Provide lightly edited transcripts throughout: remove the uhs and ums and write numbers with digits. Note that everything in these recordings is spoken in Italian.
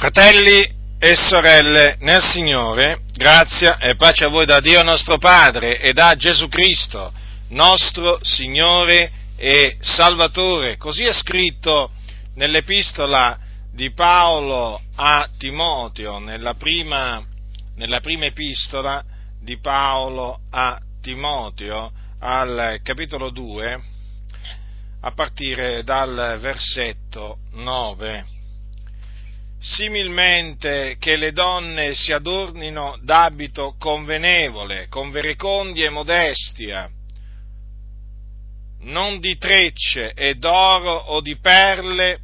Fratelli e sorelle nel Signore, grazia e pace a voi da Dio nostro Padre e da Gesù Cristo, nostro Signore e Salvatore. Così è scritto nell'epistola di Paolo a Timoteo, nella prima epistola di Paolo a Timoteo, al capitolo 2, a partire dal versetto 9. Similmente che le donne si adornino d'abito convenevole, con verecondia e modestia, non di trecce e d'oro o di perle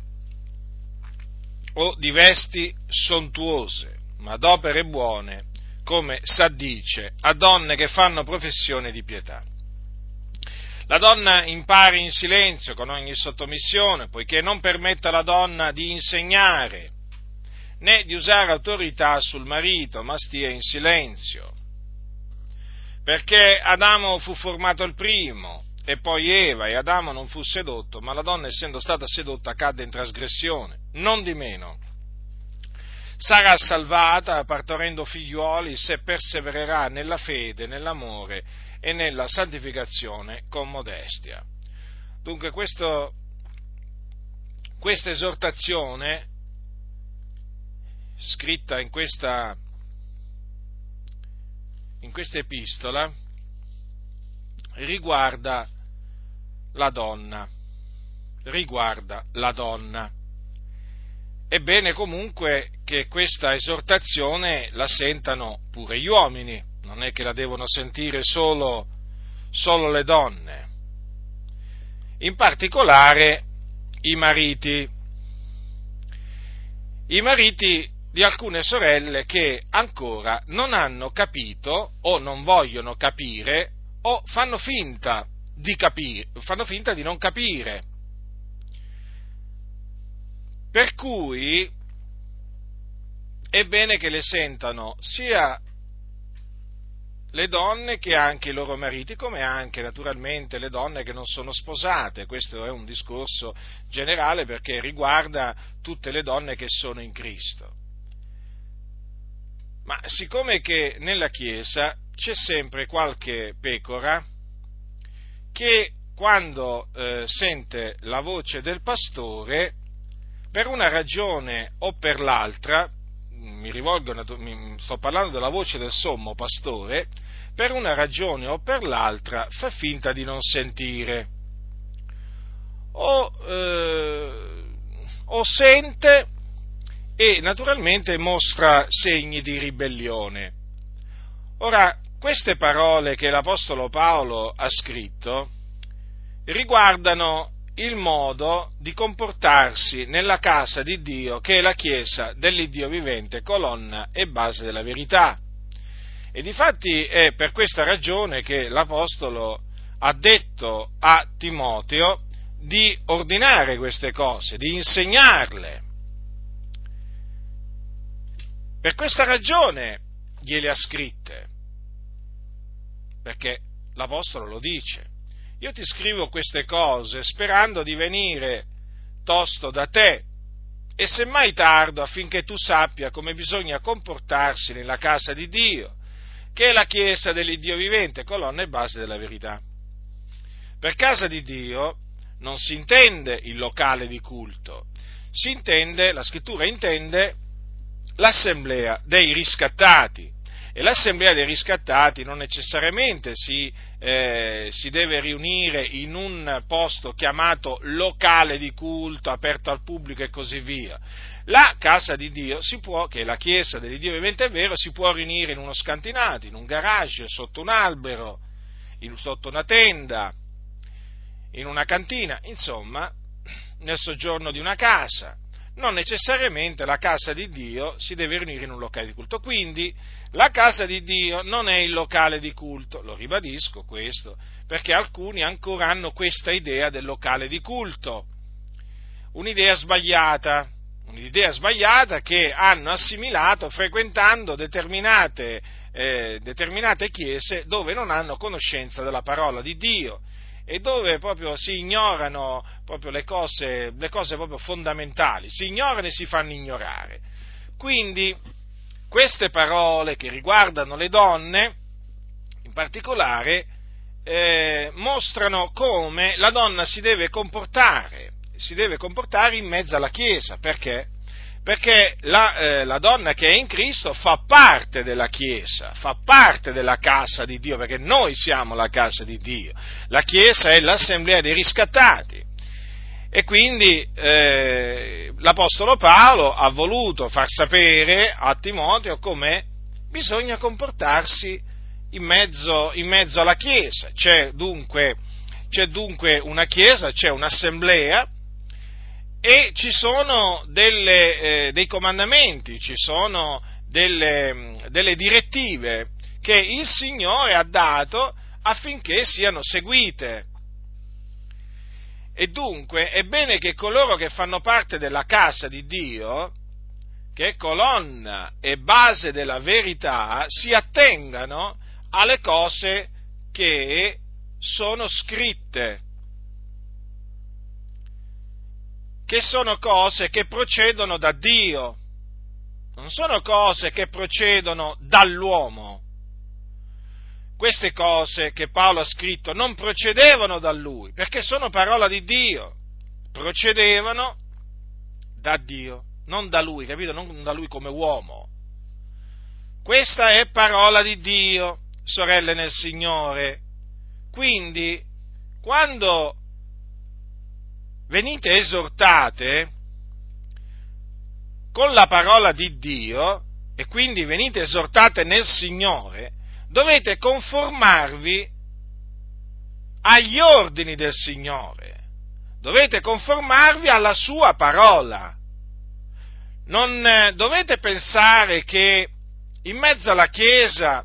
o di vesti sontuose, ma d'opere buone, come s'addice a donne che fanno professione di pietà. La donna impari in silenzio con ogni sottomissione, poiché non permetta alla donna di insegnare, né di usare autorità sul marito, ma stia in silenzio. Perché Adamo fu formato il primo, e poi Eva, e Adamo non fu sedotto, ma la donna, essendo stata sedotta, cadde in trasgressione. Non di meno sarà salvata, partorendo figliuoli, se persevererà nella fede, nell'amore e nella santificazione con modestia. Dunque questa esortazione scritta in questa epistola riguarda la donna. È bene comunque che questa esortazione la sentano pure gli uomini, non è che la devono sentire solo le donne, in particolare i mariti di alcune sorelle che ancora non hanno capito o non vogliono capire o fanno finta di non capire. Per cui è bene che le sentano sia le donne che anche i loro mariti, come anche naturalmente le donne che non sono sposate. Questo è un discorso generale perché riguarda tutte le donne che sono in Cristo. Ma siccome che nella Chiesa c'è sempre qualche pecora che quando sente la voce del pastore, per una ragione o per l'altra, sto parlando della voce del sommo pastore, per una ragione o per l'altra fa finta di non sentire, o sente e naturalmente mostra segni di ribellione. Ora, queste parole che l'Apostolo Paolo ha scritto riguardano il modo di comportarsi nella casa di Dio, che è la Chiesa dell'Iddio vivente, colonna e base della verità. E difatti è per questa ragione che l'Apostolo ha detto a Timoteo di ordinare queste cose, di insegnarle. Per questa ragione gliele ha scritte, perché l'Apostolo lo dice. Io ti scrivo queste cose sperando di venire tosto da te e semmai tardo, affinché tu sappia come bisogna comportarsi nella casa di Dio, che è la Chiesa dell'Iddio vivente, colonna e base della verità. Per casa di Dio non si intende il locale di culto, la Scrittura intende l'assemblea dei riscattati. E l'assemblea dei riscattati non necessariamente si deve riunire in un posto chiamato locale di culto, aperto al pubblico e così via. La casa di Dio che è la Chiesa dell'Iddio vivente è vero, si può riunire in uno scantinato, in un garage, sotto un albero, sotto una tenda, in una cantina, insomma, nel soggiorno di una casa. Non necessariamente la casa di Dio si deve riunire in un locale di culto, quindi la casa di Dio non è il locale di culto, lo ribadisco questo, perché alcuni ancora hanno questa idea del locale di culto, un'idea sbagliata che hanno assimilato frequentando determinate chiese dove non hanno conoscenza della parola di Dio e dove proprio si ignorano proprio le cose proprio fondamentali, si ignorano e si fanno ignorare. quindi queste parole che riguardano le donne, in particolare, mostrano come la donna si deve comportare in mezzo alla Chiesa. Perché? Perché la donna che è in Cristo fa parte della Chiesa, fa parte della casa di Dio, perché noi siamo la casa di Dio. La Chiesa è l'assemblea dei riscattati. E quindi l'Apostolo Paolo ha voluto far sapere a Timoteo come bisogna comportarsi in mezzo alla Chiesa. C'è dunque una Chiesa, c'è un'assemblea, e ci sono dei comandamenti, ci sono delle direttive che il Signore ha dato affinché siano seguite. E dunque è bene che coloro che fanno parte della casa di Dio, che è colonna e base della verità, si attengano alle cose che sono scritte, che sono cose che procedono da Dio, non sono cose che procedono dall'uomo. Queste cose che Paolo ha scritto non procedevano da lui, perché sono parola di Dio, procedevano da Dio, non da lui, capito? Non da lui come uomo. Questa è parola di Dio, sorelle nel Signore. Quindi, quando venite esortate con la parola di Dio, e quindi venite esortate nel Signore, dovete conformarvi agli ordini del Signore, dovete conformarvi alla sua parola. Non dovete pensare che in mezzo alla Chiesa,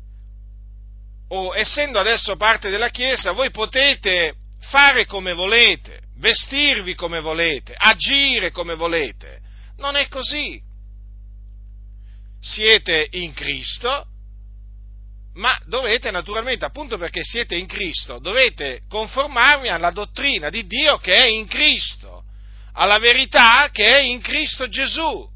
o essendo adesso parte della Chiesa, voi potete fare come volete, vestirvi come volete, agire come volete. Non è così. Siete in Cristo, ma dovete naturalmente, appunto perché siete in Cristo, dovete conformarvi alla dottrina di Dio che è in Cristo, alla verità che è in Cristo Gesù.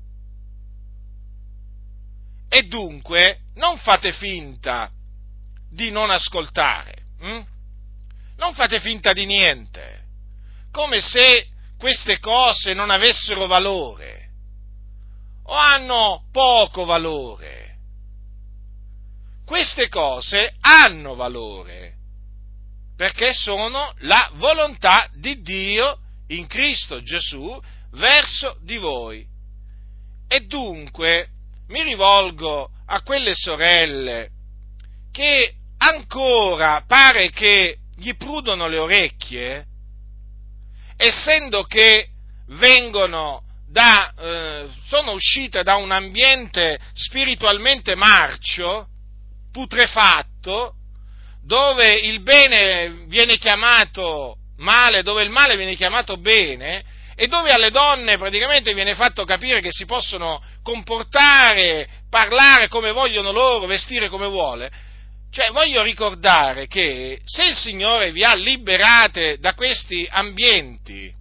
E dunque non fate finta di non ascoltare, non fate finta di niente, come se queste cose non avessero valore o hanno poco valore. Queste cose hanno valore, perché sono la volontà di Dio in Cristo Gesù verso di voi. E dunque mi rivolgo a quelle sorelle che ancora pare che gli prudono le orecchie, essendo che sono uscite da un ambiente spiritualmente marcio, putrefatto, dove il bene viene chiamato male, dove il male viene chiamato bene, e dove alle donne praticamente viene fatto capire che si possono comportare, parlare come vogliono loro, vestire come vuole. Cioè, voglio ricordare che se il Signore vi ha liberate da questi ambienti,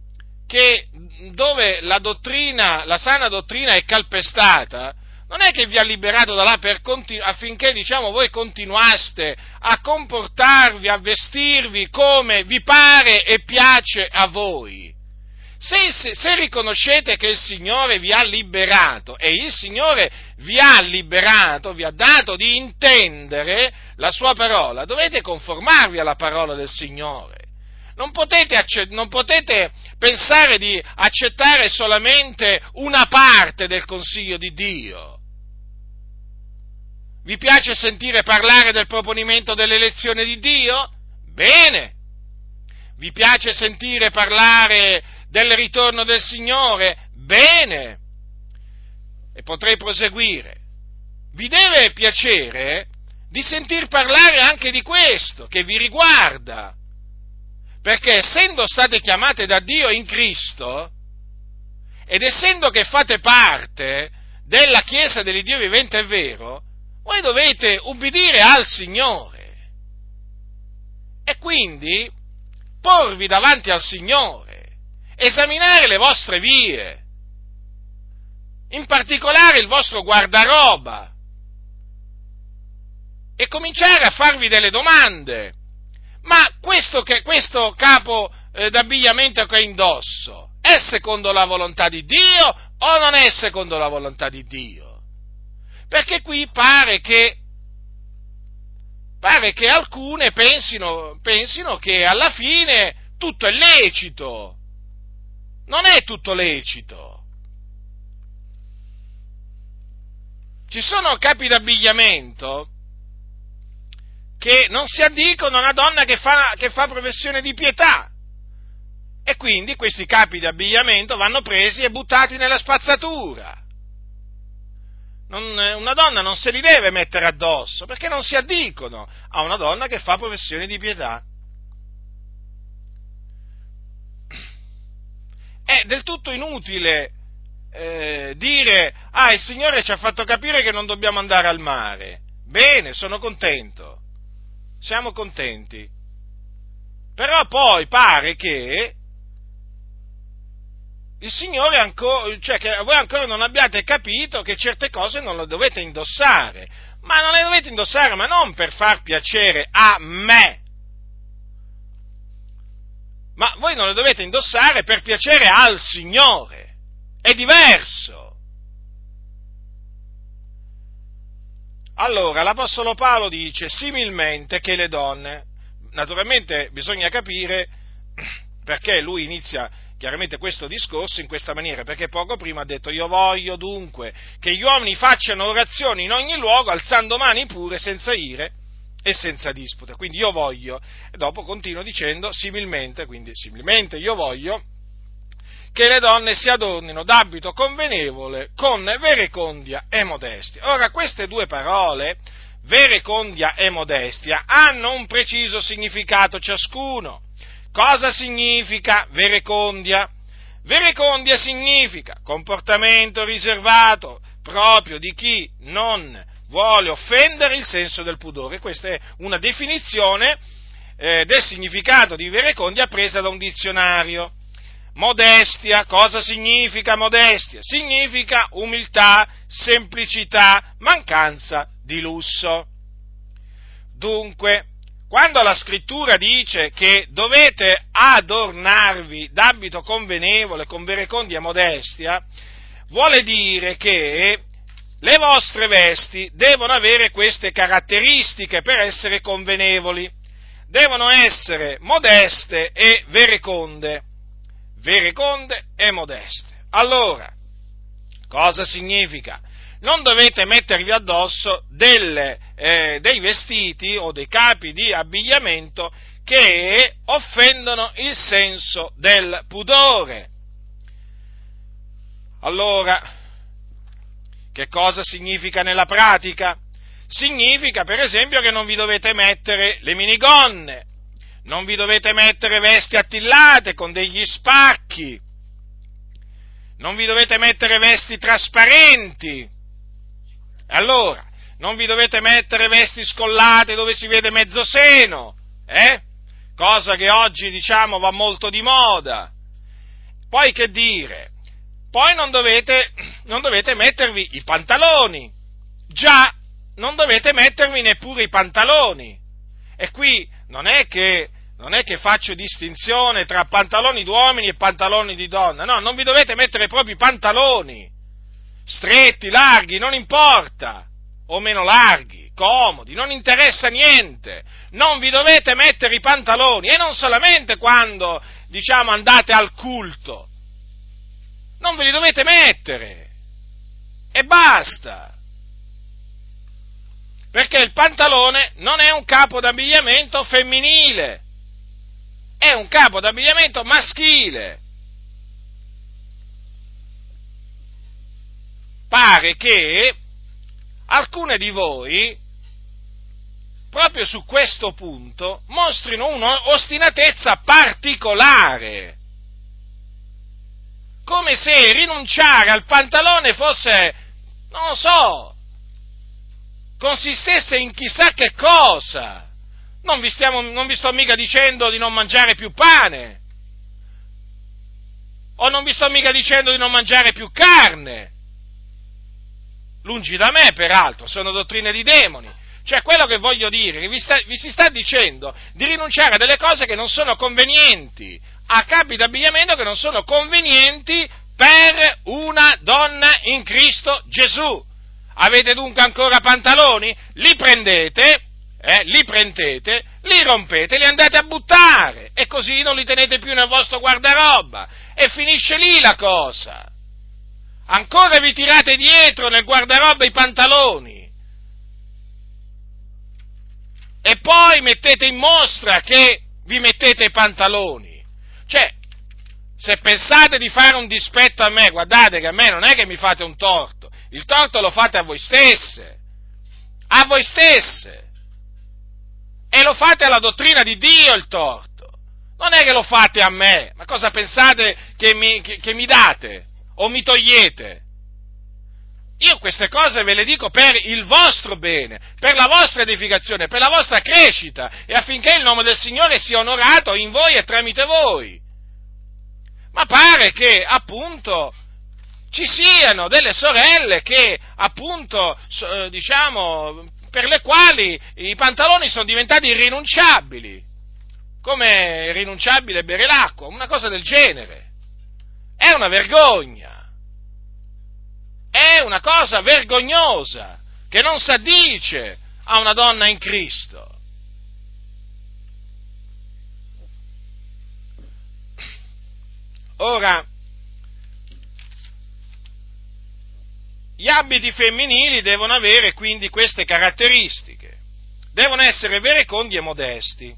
dove la sana dottrina è calpestata, non è che vi ha liberato da là affinché, voi continuaste a comportarvi, a vestirvi come vi pare e piace a voi. Se riconoscete che il Signore vi ha liberato, e il Signore vi ha liberato, vi ha dato di intendere la sua parola, dovete conformarvi alla parola del Signore. Non potete pensare di accettare solamente una parte del consiglio di Dio. Vi piace sentire parlare del proponimento dell'elezione di Dio? Bene. Vi piace sentire parlare del ritorno del Signore? Bene. E potrei proseguire. Vi deve piacere di sentir parlare anche di questo, che vi riguarda. Perché essendo state chiamate da Dio in Cristo, ed essendo che fate parte della Chiesa dell'Iddio vivente e vero, voi dovete ubbidire al Signore. E quindi porvi davanti al Signore, esaminare le vostre vie. in particolare il vostro guardaroba, e cominciare a farvi delle domande. Ma questo capo d'abbigliamento che ho indosso è secondo la volontà di Dio o non è secondo la volontà di Dio? Perché qui pare che alcune pensino che alla fine tutto è lecito. Non è tutto lecito. Ci sono capi d'abbigliamento che non si addicono a una donna che fa professione di pietà, e quindi questi capi d'abbigliamento vanno presi e buttati nella spazzatura. Una donna non se li deve mettere addosso, perché non si addicono a una donna che fa professione di pietà. È del tutto inutile dire: il Signore ci ha fatto capire che non dobbiamo andare al mare. Bene, sono contento. Siamo contenti, però poi pare che il Signore che voi ancora non abbiate capito che certe cose non le dovete indossare, ma non le dovete indossare, ma non per far piacere a me, ma voi non le dovete indossare per piacere al Signore, è diverso. Allora, l'Apostolo Paolo dice similmente che le donne, naturalmente bisogna capire perché lui inizia chiaramente questo discorso in questa maniera, perché poco prima ha detto: io voglio dunque che gli uomini facciano orazioni in ogni luogo, alzando mani pure, senza ire e senza dispute. Quindi io voglio, e dopo continua dicendo similmente io voglio che le donne si adornino d'abito convenevole, con verecondia e modestia. Ora, queste due parole, verecondia e modestia, hanno un preciso significato ciascuno. Cosa significa verecondia? Verecondia significa comportamento riservato, proprio di chi non vuole offendere il senso del pudore. Questa è una definizione del significato di verecondia presa da un dizionario. Modestia, cosa significa modestia? Significa umiltà, semplicità, mancanza di lusso. Dunque, quando la Scrittura dice che dovete adornarvi d'abito convenevole, con verecondia e modestia, vuole dire che le vostre vesti devono avere queste caratteristiche per essere convenevoli. Devono essere modeste e vereconde e modeste. Allora, cosa significa? Non dovete mettervi addosso dei vestiti o dei capi di abbigliamento che offendono il senso del pudore. Allora, che cosa significa nella pratica? Significa, per esempio, che non vi dovete mettere le minigonne, non vi dovete mettere vesti attillate con degli spacchi, non vi dovete mettere vesti trasparenti, allora, non vi dovete mettere vesti scollate dove si vede mezzo seno, cosa che oggi, va molto di moda. Poi che dire? Poi non dovete mettervi i pantaloni, già, non dovete mettervi neppure i pantaloni, e qui non è che faccio distinzione tra pantaloni d'uomini e pantaloni di donna, no, non vi dovete mettere proprio i pantaloni, stretti, larghi, non importa, o meno larghi, comodi, non interessa niente, non vi dovete mettere i pantaloni, e non solamente quando, andate al culto, non ve li dovete mettere, e basta, perché il pantalone non è un capo d'abbigliamento femminile, è un capo d'abbigliamento maschile. Pare che alcune di voi, proprio su questo punto, mostrino un'ostinatezza particolare, come se rinunciare al pantalone fosse, non lo so, consistesse in chissà che cosa. Non vi sto mica dicendo di non mangiare più pane, o non vi sto mica dicendo di non mangiare più carne, lungi da me, peraltro, sono dottrine di demoni. Cioè, quello che voglio dire, che vi si sta dicendo di rinunciare a delle cose che non sono convenienti, a capi d'abbigliamento che non sono convenienti per una donna in Cristo Gesù. Avete dunque ancora pantaloni? Li prendete, li rompete, li andate a buttare, e così non li tenete più nel vostro guardaroba, e finisce lì la cosa. Ancora vi tirate dietro nel guardaroba i pantaloni, e poi mettete in mostra che vi mettete i pantaloni. Cioè, se pensate di fare un dispetto a me, guardate che a me non è che mi fate un torto, il torto lo fate a voi stesse, e lo fate alla dottrina di Dio il torto, non è che lo fate a me. Ma cosa pensate che mi date o mi togliete? Io queste cose ve le dico per il vostro bene, per la vostra edificazione, per la vostra crescita, e affinché il nome del Signore sia onorato in voi e tramite voi. Ma pare che, appunto, ci siano delle sorelle che, appunto, per le quali i pantaloni sono diventati irrinunciabili, come è irrinunciabile bere l'acqua, una cosa del genere. È una vergogna. È una cosa vergognosa, che non s'addice a una donna in Cristo. Ora, gli abiti femminili devono avere quindi queste caratteristiche. Devono essere verecondi e modesti.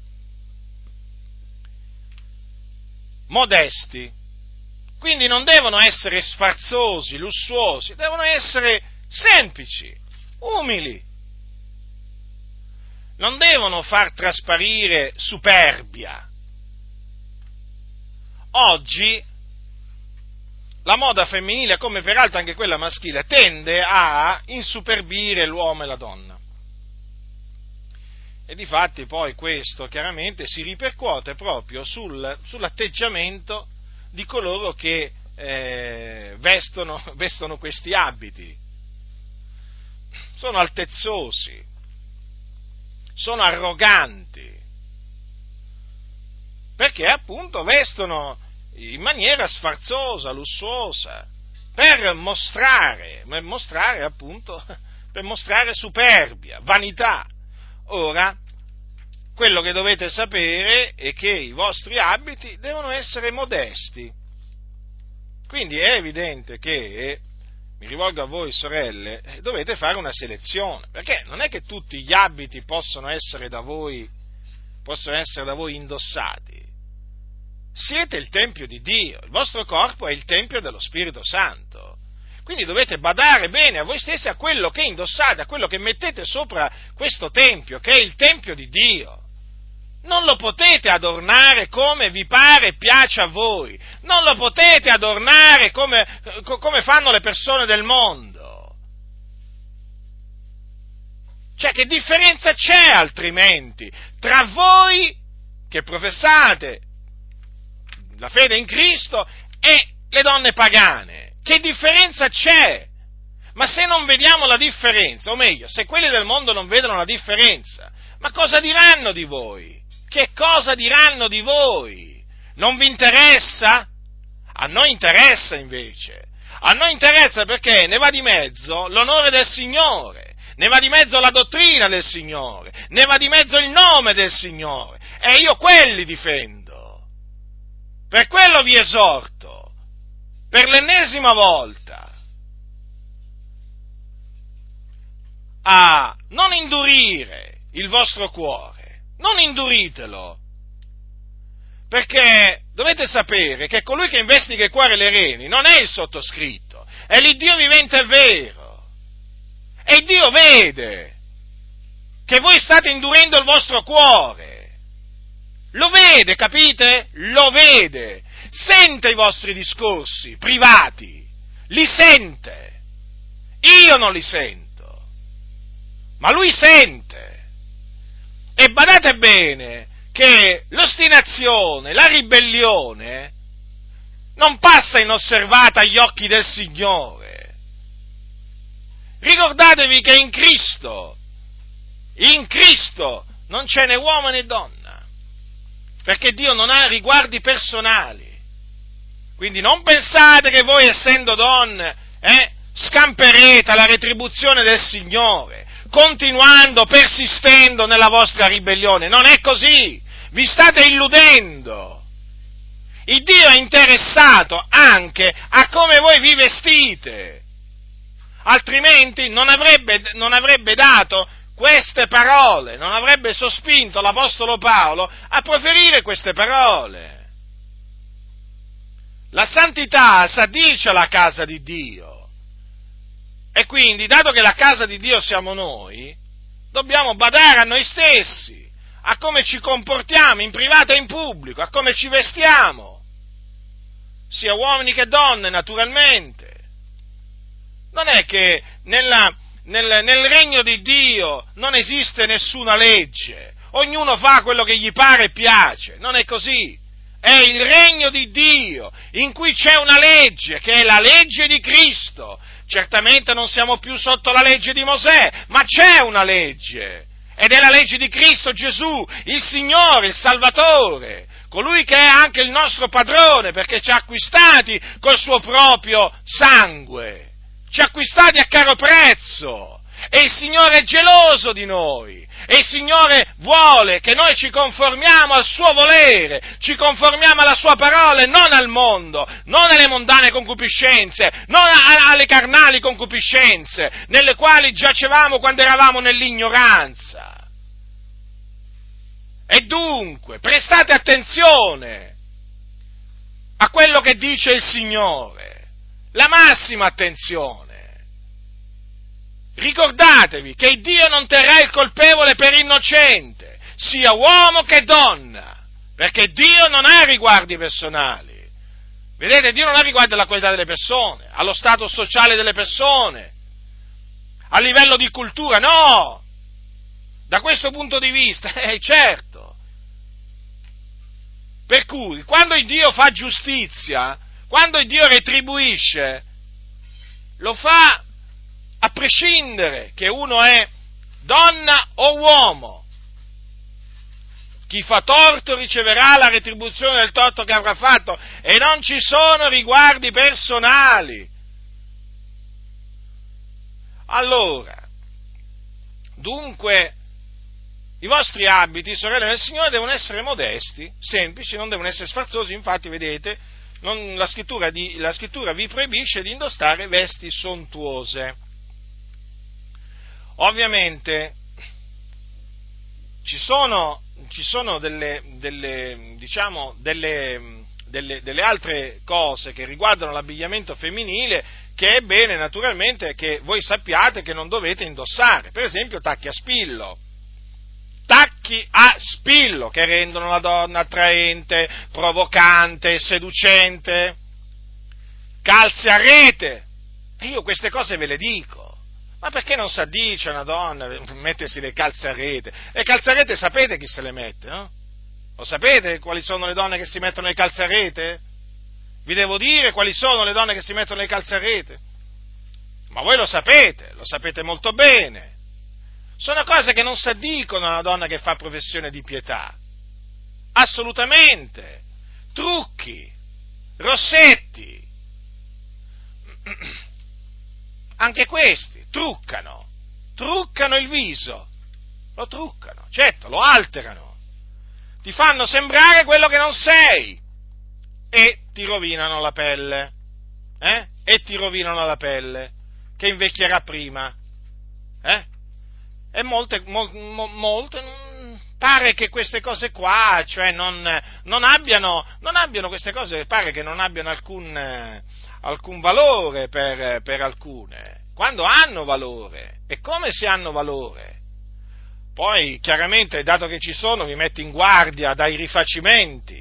Modesti. Quindi non devono essere sfarzosi, lussuosi, devono essere semplici, umili. Non devono far trasparire superbia. Oggi la moda femminile, come peraltro anche quella maschile, tende a insuperbire l'uomo e la donna. E difatti poi questo chiaramente si ripercuote proprio sull'atteggiamento di coloro che vestono questi abiti. Sono altezzosi, sono arroganti, perché appunto vestono in maniera sfarzosa, lussuosa, per mostrare appunto, per mostrare superbia, vanità. Ora, quello che dovete sapere è che i vostri abiti devono essere modesti. Quindi è evidente che, mi rivolgo a voi sorelle, dovete fare una selezione, perché non è che tutti gli abiti possono essere da voi indossati. Siete il Tempio di Dio, il vostro corpo è il Tempio dello Spirito Santo. Quindi dovete badare bene a voi stessi, a quello che indossate, a quello che mettete sopra questo Tempio, che è il Tempio di Dio. Non lo potete adornare come vi pare e piace a voi, non lo potete adornare come fanno le persone del mondo. Cioè, che differenza c'è altrimenti tra voi che professate la fede in Cristo e le donne pagane? Che differenza c'è? Ma se non vediamo la differenza, o meglio, se quelli del mondo non vedono la differenza, ma cosa diranno di voi? Che cosa diranno di voi? Non vi interessa? A noi interessa invece. A noi interessa perché ne va di mezzo l'onore del Signore, ne va di mezzo la dottrina del Signore, ne va di mezzo il nome del Signore, e io quelli difendo. Per quello vi esorto, per l'ennesima volta, a non indurire il vostro cuore, non induritelo, perché dovete sapere che colui che investiga il cuore e le reni non è il sottoscritto, è l'Iddio vivente e vero, e Dio vede che voi state indurendo il vostro cuore, lo vede, capite? Lo vede, sente i vostri discorsi privati, li sente, io non li sento, ma lui sente. E badate bene che l'ostinazione, la ribellione non passa inosservata agli occhi del Signore. Ricordatevi che in Cristo non c'è né uomo né donna, perché Dio non ha riguardi personali. Quindi non pensate che voi, essendo donne, scamperete alla retribuzione del Signore, persistendo nella vostra ribellione. Non è così, vi state illudendo. Il Dio è interessato anche a come voi vi vestite, altrimenti non avrebbe dato queste parole, non avrebbe sospinto l'Apostolo Paolo a proferire queste parole. La santità s'addice alla casa di Dio e quindi, dato che la casa di Dio siamo noi, dobbiamo badare a noi stessi, a come ci comportiamo in privato e in pubblico, a come ci vestiamo, sia uomini che donne, naturalmente. Non è che nel regno di Dio non esiste nessuna legge, ognuno fa quello che gli pare e piace, non è così. È il regno di Dio, in cui c'è una legge, che è la legge di Cristo. Certamente non siamo più sotto la legge di Mosè, ma c'è una legge, ed è la legge di Cristo Gesù, il Signore, il Salvatore, colui che è anche il nostro padrone, perché ci ha acquistati col suo proprio sangue, ci ha acquistati a caro prezzo, e il Signore è geloso di noi, e il Signore vuole che noi ci conformiamo al suo volere, ci conformiamo alla sua parola e non al mondo, non alle mondane concupiscenze, non alle carnali concupiscenze, nelle quali giacevamo quando eravamo nell'ignoranza. E dunque, prestate attenzione a quello che dice il Signore, la massima attenzione. Ricordatevi che Dio non terrà il colpevole per innocente, sia uomo che donna, perché Dio non ha riguardi personali. Vedete, Dio non ha riguardo alla qualità delle persone, allo stato sociale delle persone, a livello di cultura, no! Da questo punto di vista, certo. Per cui, quando il Dio fa giustizia, quando il Dio retribuisce, lo fa a prescindere che uno è donna o uomo. Chi fa torto riceverà la retribuzione del torto che avrà fatto, e non ci sono riguardi personali. Allora, dunque, i vostri abiti, sorelle del Signore, devono essere modesti, semplici, non devono essere sfarzosi. Infatti, vedete, la scrittura vi proibisce di indossare vesti sontuose. Ovviamente ci sono delle altre cose che riguardano l'abbigliamento femminile che è bene naturalmente che voi sappiate che non dovete indossare. Per esempio tacchi a spillo che rendono la donna attraente, provocante, seducente, calze a rete. E io queste cose ve le dico. Ma perché non si addice a una donna mettersi le calze a rete? Le calze a rete sapete chi se le mette, no? Lo sapete quali sono le donne che si mettono le calze a rete? Vi devo dire quali sono le donne che si mettono le calze a rete? Ma voi lo sapete molto bene. Sono cose che non si addicono a una donna che fa professione di pietà. Assolutamente. Trucchi, rossetti, anche questi truccano il viso, lo truccano, certo, lo alterano, ti fanno sembrare quello che non sei e ti rovinano la pelle, che invecchierà prima, e molte, pare che queste cose qua, cioè non abbiano queste cose, pare che non abbiano alcun valore per alcune, quando hanno valore. E come se hanno valore? Poi, chiaramente, dato che ci sono, vi metto in guardia dai rifacimenti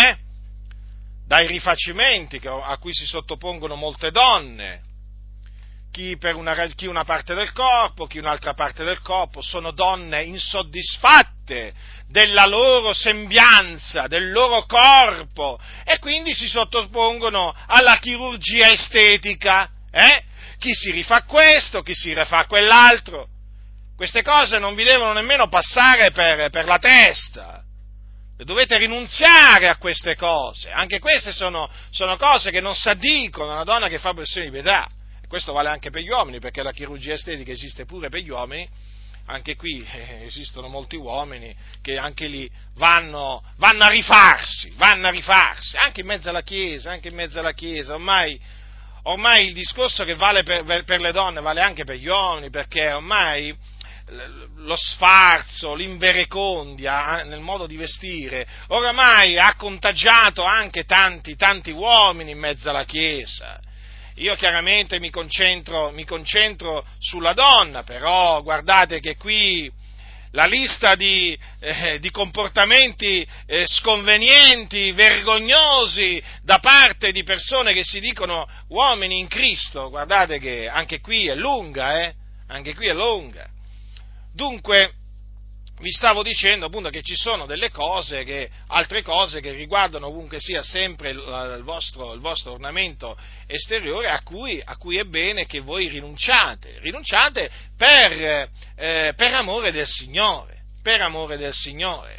a cui si sottopongono molte donne, chi una parte del corpo, chi un'altra parte del corpo. Sono donne insoddisfatte della loro sembianza, del loro corpo, e quindi si sottopongono alla chirurgia estetica, chi si rifà questo, chi si rifà quell'altro. Queste cose non vi devono nemmeno passare per la testa. Dovete rinunziare a queste cose. Anche queste sono cose che non s'addicono a una donna che fa professione di pietà. E questo vale anche per gli uomini, perché la chirurgia estetica esiste pure per gli uomini. Anche qui esistono molti uomini che anche lì vanno a rifarsi, anche in mezzo alla Chiesa, Ormai il discorso che vale per le donne vale anche per gli uomini, perché ormai lo sfarzo, l'inverecondia nel modo di vestire, oramai ha contagiato anche tanti uomini in mezzo alla Chiesa. Io chiaramente mi concentro sulla donna, però guardate che qui la lista di comportamenti sconvenienti, vergognosi da parte di persone che si dicono uomini in Cristo, guardate che anche qui è lunga, anche qui è lunga. Dunque, vi stavo dicendo appunto che ci sono altre cose che riguardano comunque sia sempre il vostro ornamento esteriore a cui è bene che voi rinunciate per amore del Signore,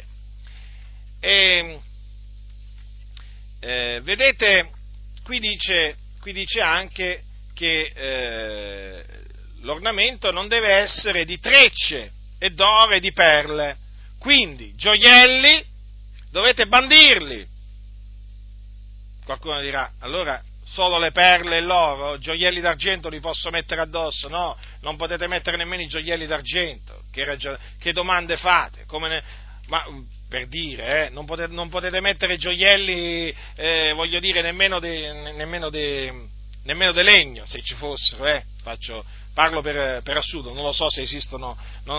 vedete, qui dice anche che l'ornamento non deve essere di trecce e d'oro e di perle, quindi gioielli dovete bandirli. Qualcuno dirà, allora solo le perle e l'oro, gioielli d'argento li posso mettere addosso? No, non potete mettere nemmeno i gioielli d'argento. Che domande fate? Ma per dire, non potete mettere gioielli, voglio dire, nemmeno di legno, se ci fossero, parlo per assurdo, non lo so se esistono,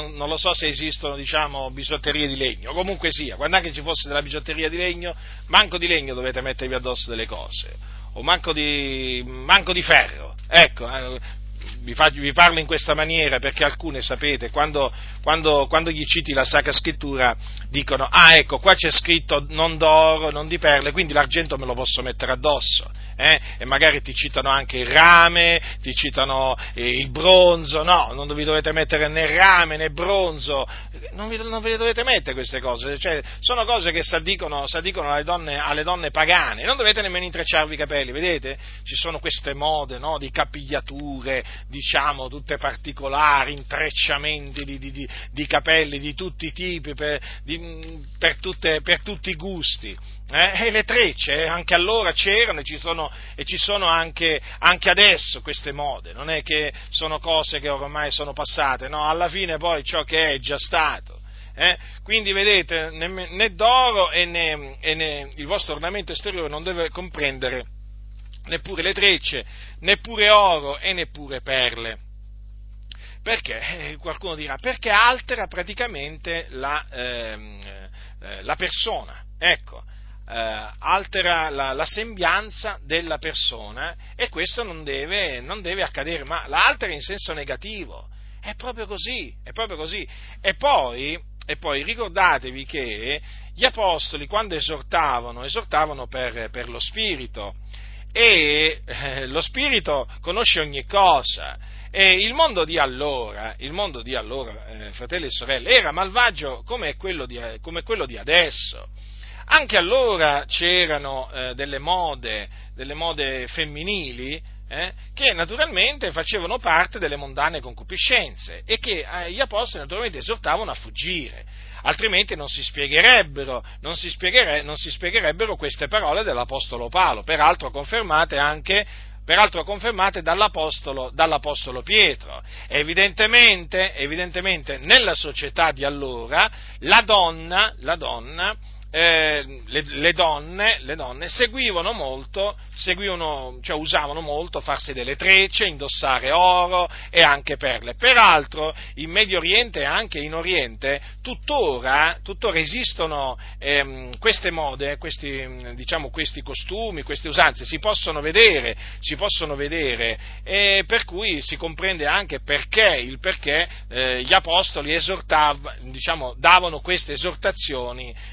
diciamo, bigiotterie di legno. Comunque sia, quando anche ci fosse della bigiotteria di legno, manco di legno dovete mettervi addosso delle cose, o manco di ferro, ecco. Vi parlo in questa maniera perché alcune, sapete, quando gli citi la Sacra Scrittura dicono, ecco, qua c'è scritto non d'oro, non di perle, quindi l'argento me lo posso mettere addosso, e magari ti citano anche il rame, ti citano il bronzo. No, non vi dovete mettere né rame né bronzo, non ve le dovete mettere queste cose, cioè sono cose che s'addicono alle donne pagane. Non dovete nemmeno intrecciarvi i capelli, vedete? Ci sono queste mode, no, di capigliature, diciamo, tutte particolari, intrecciamenti di capelli di tutti i tipi, per tutti i gusti. E le trecce, anche allora c'erano e ci sono anche adesso queste mode, non è che sono cose che ormai sono passate, no, alla fine poi ciò che è già stato. Quindi vedete, né d'oro né il vostro ornamento esteriore non deve comprendere neppure le trecce, neppure oro e neppure perle. Perché? Qualcuno dirà, perché altera praticamente la persona, ecco, altera la sembianza della persona, e questo non deve accadere, ma la altera in senso negativo, è proprio così, e poi ricordatevi che gli apostoli quando esortavano per lo Spirito, e lo Spirito conosce ogni cosa, e il mondo di allora, fratelli e sorelle, era malvagio come quello di adesso. Anche allora c'erano delle mode femminili che naturalmente facevano parte delle mondane concupiscenze e che gli apostoli naturalmente esortavano a fuggire, altrimenti non si spiegherebbero queste parole dell'apostolo Paolo, peraltro confermate dall'apostolo Pietro. Evidentemente nella società di allora le donne usavano molto farsi delle trecce, indossare oro e anche perle. Peraltro in Medio Oriente e anche in Oriente tuttora esistono queste mode, questi costumi, queste usanze si possono vedere, e per cui si comprende anche perché gli apostoli davano queste esortazioni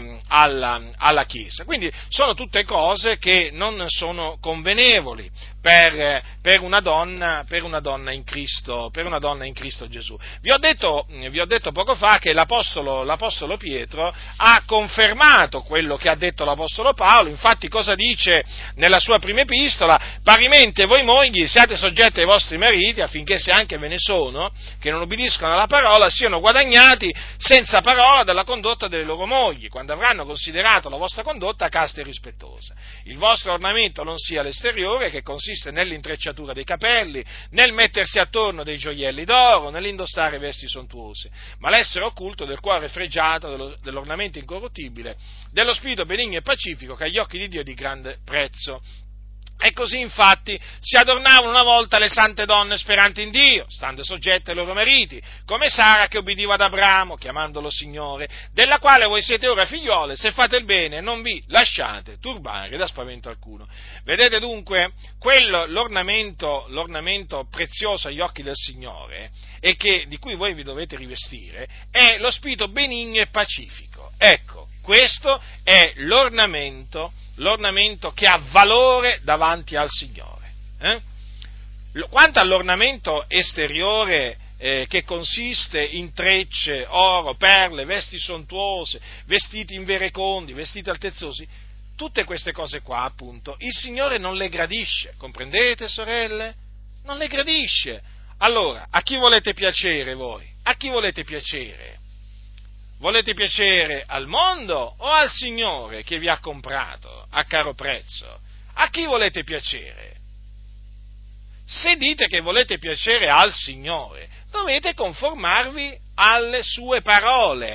alla Chiesa. Quindi sono tutte cose che non sono convenevoli per una donna in Cristo Gesù. Vi ho detto poco fa che l'Apostolo Pietro ha confermato quello che ha detto l'Apostolo Paolo. Infatti cosa dice nella sua prima epistola? Parimenti voi mogli siate soggetti ai vostri mariti, affinché se anche ve ne sono che non obbediscono alla parola siano guadagnati senza parola dalla condotta delle loro mogli, quando avranno considerato la vostra condotta casta e rispettosa. Il vostro ornamento non sia l'esteriore, che consiste nell'intrecciatura dei capelli, nel mettersi attorno dei gioielli d'oro, nell'indossare vesti sontuose, ma l'essere occulto del cuore fregiato, dell'ornamento incorruttibile, dello spirito benigno e pacifico, che agli occhi di Dio è di grande prezzo. E così infatti si adornavano una volta le sante donne speranti in Dio, stando soggette ai loro mariti, come Sara che ubbidiva ad Abramo, chiamandolo Signore, della quale voi siete ora figliuole, se fate il bene non vi lasciate turbare da spavento alcuno. Vedete dunque, l'ornamento prezioso agli occhi del Signore, e di cui voi vi dovete rivestire, è lo spirito benigno e pacifico. Ecco, questo è l'ornamento che ha valore davanti al Signore. Quanto all'ornamento esteriore, che consiste in trecce, oro, perle, vesti sontuose, vestiti inverecondi, vestiti altezzosi, tutte queste cose qua, appunto, il Signore non le gradisce, comprendete, sorelle? Non le gradisce. Allora, a chi volete piacere voi? A chi volete piacere? Volete piacere al mondo o al Signore che vi ha comprato a caro prezzo? A chi volete piacere? Se dite che volete piacere al Signore, dovete conformarvi alle sue parole,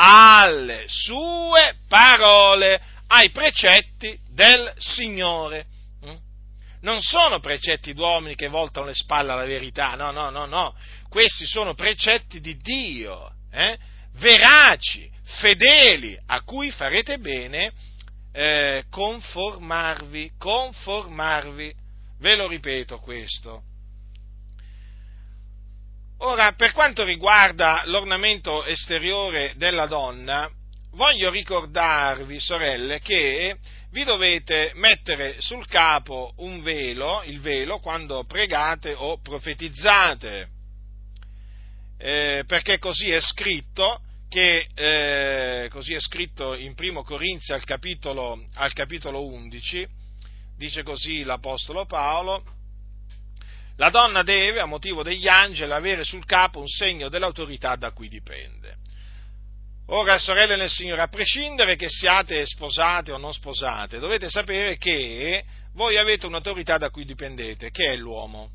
ai precetti del Signore. Non sono precetti d'uomini che voltano le spalle alla verità, no. Questi sono precetti di Dio, veraci, fedeli, a cui farete bene conformarvi, ve lo ripeto questo. Ora, per quanto riguarda l'ornamento esteriore della donna, voglio ricordarvi, sorelle, che vi dovete mettere sul capo il velo, quando pregate o profetizzate, perché così è scritto in Primo Corinzi al capitolo 11, dice così l'Apostolo Paolo: la donna deve, a motivo degli angeli, avere sul capo un segno dell'autorità da cui dipende. Ora, sorelle nel Signore, a prescindere che siate sposate o non sposate, dovete sapere che voi avete un'autorità da cui dipendete, che è l'uomo.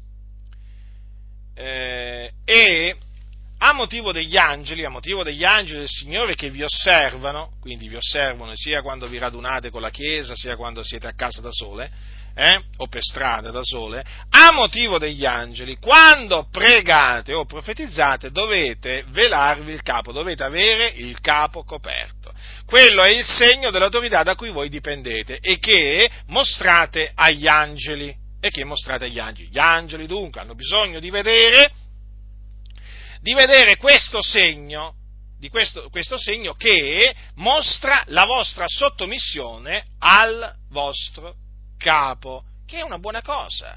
E a motivo degli angeli del Signore che vi osservano, quindi vi osservano sia quando vi radunate con la Chiesa, sia quando siete a casa da sole, o per strada da sole, a motivo degli angeli, quando pregate o profetizzate dovete velarvi il capo, dovete avere il capo coperto. Quello è il segno dell'autorità da cui voi dipendete e che mostrate agli angeli. Gli angeli dunque hanno bisogno di vedere questo segno, questo segno che mostra la vostra sottomissione al vostro capo, che è una buona cosa,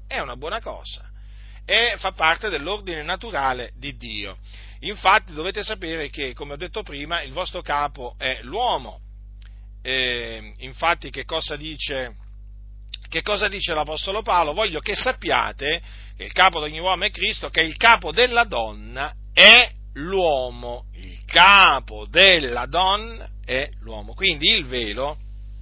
e fa parte dell'ordine naturale di Dio. Infatti dovete sapere che, come ho detto prima, il vostro capo è l'uomo. Infatti che cosa dice l'Apostolo Paolo? Voglio che sappiate che il capo di ogni uomo è Cristo, che il capo della donna è l'uomo. Il capo della donna è l'uomo. Quindi il velo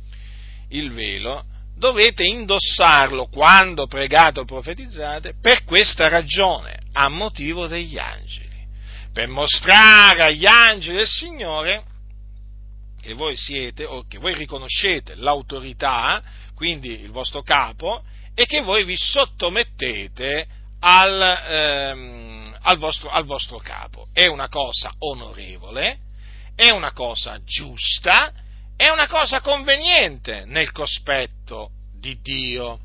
dovete indossarlo quando pregate o profetizzate per questa ragione, a motivo degli angeli, per mostrare agli angeli del Signore che voi siete, o che voi riconoscete l'autorità, quindi il vostro capo, e che voi vi sottomettete al vostro capo. È una cosa onorevole, è una cosa giusta, è una cosa conveniente nel cospetto di Dio.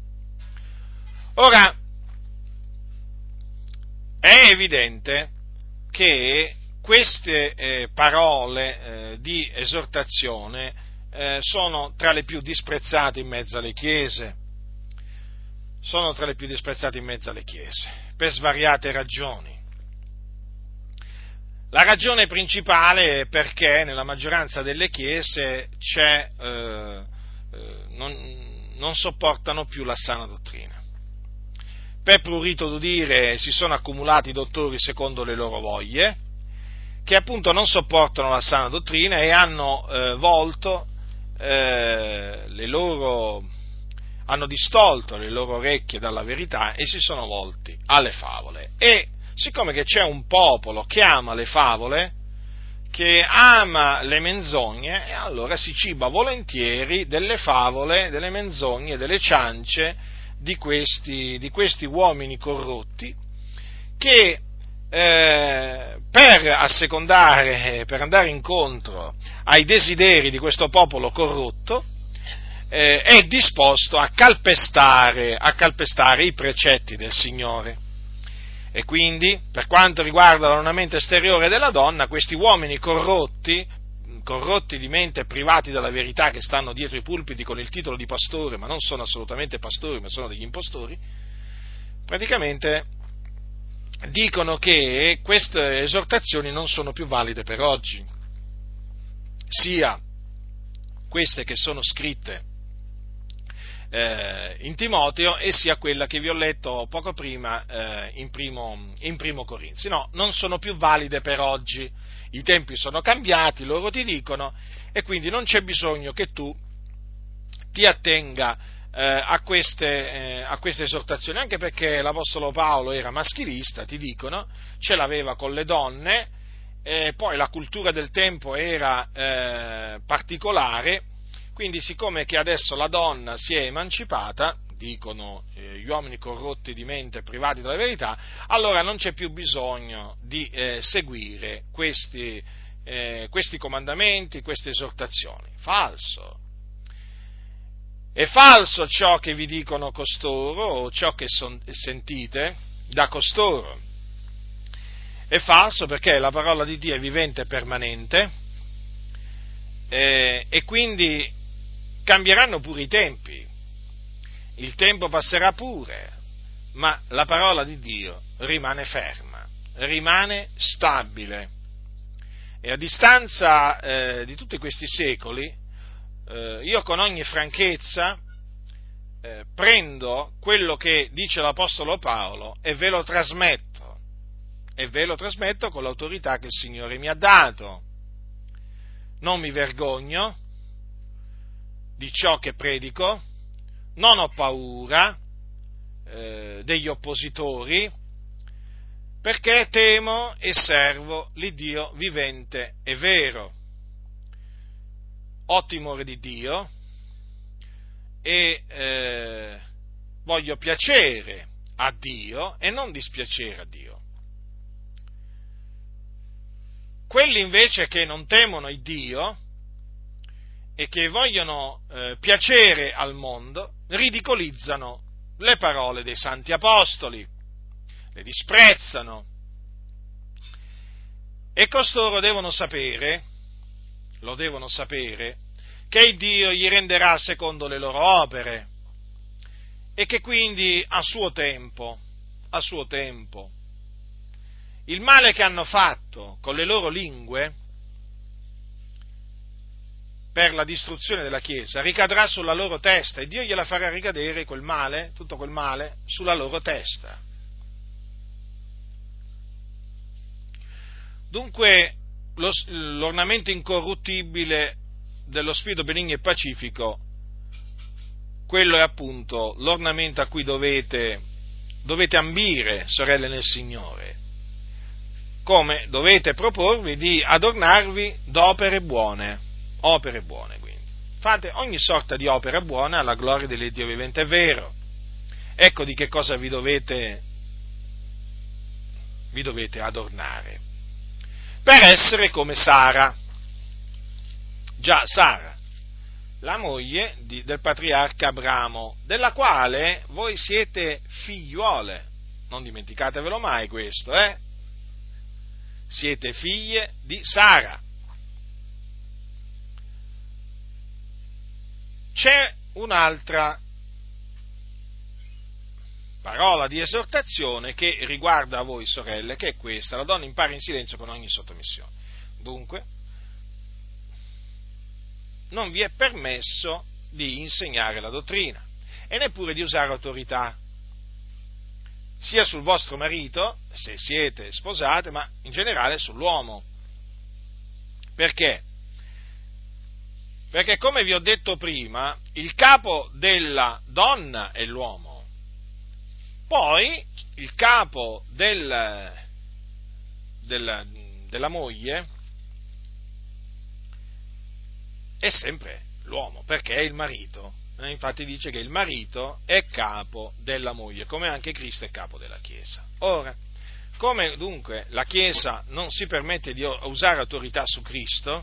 Ora, è evidente che queste parole di esortazione sono tra le più disprezzate in mezzo alle chiese. Sono tra le più disprezzate in mezzo alle chiese, per svariate ragioni. La ragione principale è perché nella maggioranza delle chiese non sopportano più la sana dottrina. Per prurito d'udire si sono accumulati dottori secondo le loro voglie, che appunto non sopportano la sana dottrina e hanno hanno distolto le loro orecchie dalla verità e si sono volti alle favole. E siccome che c'è un popolo che ama le favole, che ama le menzogne, e allora si ciba volentieri delle favole, delle menzogne, delle ciance di questi uomini corrotti che per assecondare, per andare incontro ai desideri di questo popolo corrotto, è disposto a calpestare i precetti del Signore. E quindi, per quanto riguarda l'ornamento esteriore della donna, questi uomini corrotti di mente, privati della verità, che stanno dietro i pulpiti con il titolo di pastore, ma non sono assolutamente pastori, ma sono degli impostori, praticamente dicono che queste esortazioni non sono più valide per oggi, sia queste che sono scritte in Timoteo e sia quella che vi ho letto poco prima in primo Corinzi. No, non sono più valide per oggi, i tempi sono cambiati, loro ti dicono, e quindi non c'è bisogno che tu ti attenga a queste esortazioni, anche perché l'Apostolo Paolo era maschilista, ti dicono, ce l'aveva con le donne, poi la cultura del tempo era particolare. Quindi, siccome che adesso la donna si è emancipata, dicono gli uomini corrotti di mente, privati della verità, allora non c'è più bisogno di seguire questi comandamenti, queste esortazioni. Falso! È falso ciò che vi dicono costoro, o ciò che sentite da costoro. È falso perché la parola di Dio è vivente e permanente, e quindi cambieranno pure i tempi, il tempo passerà pure, ma la parola di Dio rimane ferma, rimane stabile. E a distanza di tutti questi secoli, io con ogni franchezza prendo quello che dice l'Apostolo Paolo e ve lo trasmetto con l'autorità che il Signore mi ha dato. Non mi vergogno di ciò che predico, non ho paura degli oppositori, perché temo e servo l'Iddio vivente e vero. Ho timore di Dio e voglio piacere a Dio e non dispiacere a Dio. Quelli invece che non temono il Dio e che vogliono piacere al mondo, ridicolizzano le parole dei santi apostoli, le disprezzano, e costoro devono sapere, che il Dio gli renderà secondo le loro opere, e che quindi a suo tempo, il male che hanno fatto con le loro lingue per la distruzione della Chiesa ricadrà sulla loro testa, e Dio gliela farà ricadere quel male, tutto quel male, sulla loro testa. Dunque l'ornamento incorruttibile dello spirito benigno e pacifico, quello è appunto l'ornamento a cui dovete ambire, sorelle nel Signore, come dovete proporvi di adornarvi d'opere buone quindi. Fate ogni sorta di opera buona alla gloria dell'Iddio vivente e vero. Ecco di che cosa vi dovete adornare, per essere come Sara. Già, Sara, la moglie del patriarca Abramo, della quale voi siete figliuole. Non dimenticatevelo mai questo, siete figlie di Sara. C'è un'altra parola di esortazione che riguarda a voi sorelle, che è questa: la donna impara in silenzio con ogni sottomissione. Dunque, non vi è permesso di insegnare la dottrina e neppure di usare autorità, sia sul vostro marito, se siete sposate, ma in generale sull'uomo. Perché? Perché, come vi ho detto prima, il capo della donna è l'uomo. Poi il capo della moglie è sempre l'uomo, perché è il marito. Infatti dice che il marito è capo della moglie, come anche Cristo è capo della Chiesa. Ora, come dunque la Chiesa non si permette di usare autorità su Cristo,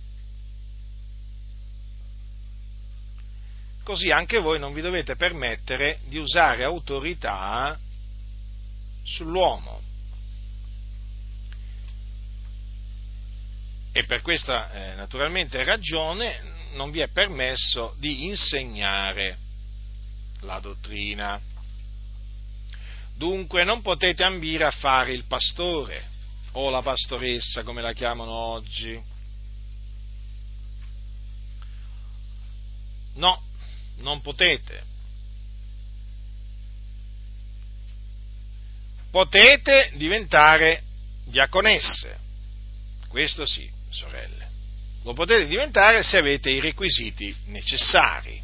così anche voi non vi dovete permettere di usare autorità sull'uomo. E per questa naturalmente ragione non vi è permesso di insegnare la dottrina. Dunque non potete ambire a fare il pastore o la pastoressa, come la chiamano oggi. No, non potete. Potete diventare diaconesse, questo sì, sorelle. Lo potete diventare se avete i requisiti necessari.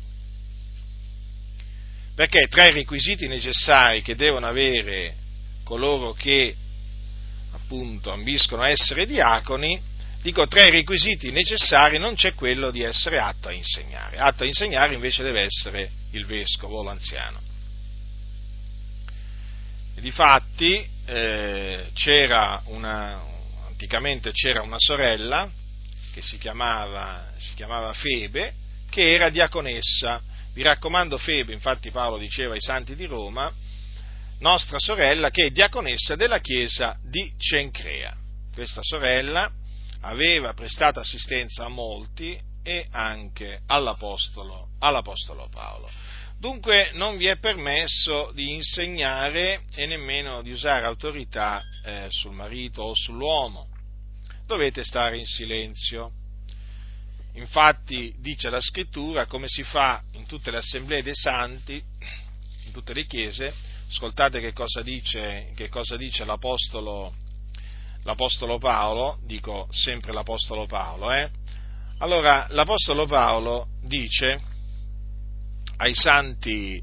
Perché tra i requisiti necessari che devono avere coloro che appunto ambiscono a essere diaconi, dico, tra i requisiti necessari non c'è quello di essere atto a insegnare. Atto a insegnare invece deve essere il vescovo o l'anziano. E difatti anticamente c'era una sorella che si chiamava Febe, che era diaconessa. Vi raccomando Febe, infatti Paolo diceva ai santi di Roma, nostra sorella che è diaconessa della chiesa di Cencrea. Questa sorella aveva prestato assistenza a molti e anche all'apostolo Paolo. Dunque non vi è permesso di insegnare e nemmeno di usare autorità sul marito o sull'uomo. Dovete stare in silenzio. Infatti dice la Scrittura, come si fa in tutte le assemblee dei santi, in tutte le chiese. Ascoltate che cosa dice l'apostolo Paolo, dico sempre l'apostolo Paolo. Allora, l'apostolo Paolo dice ai santi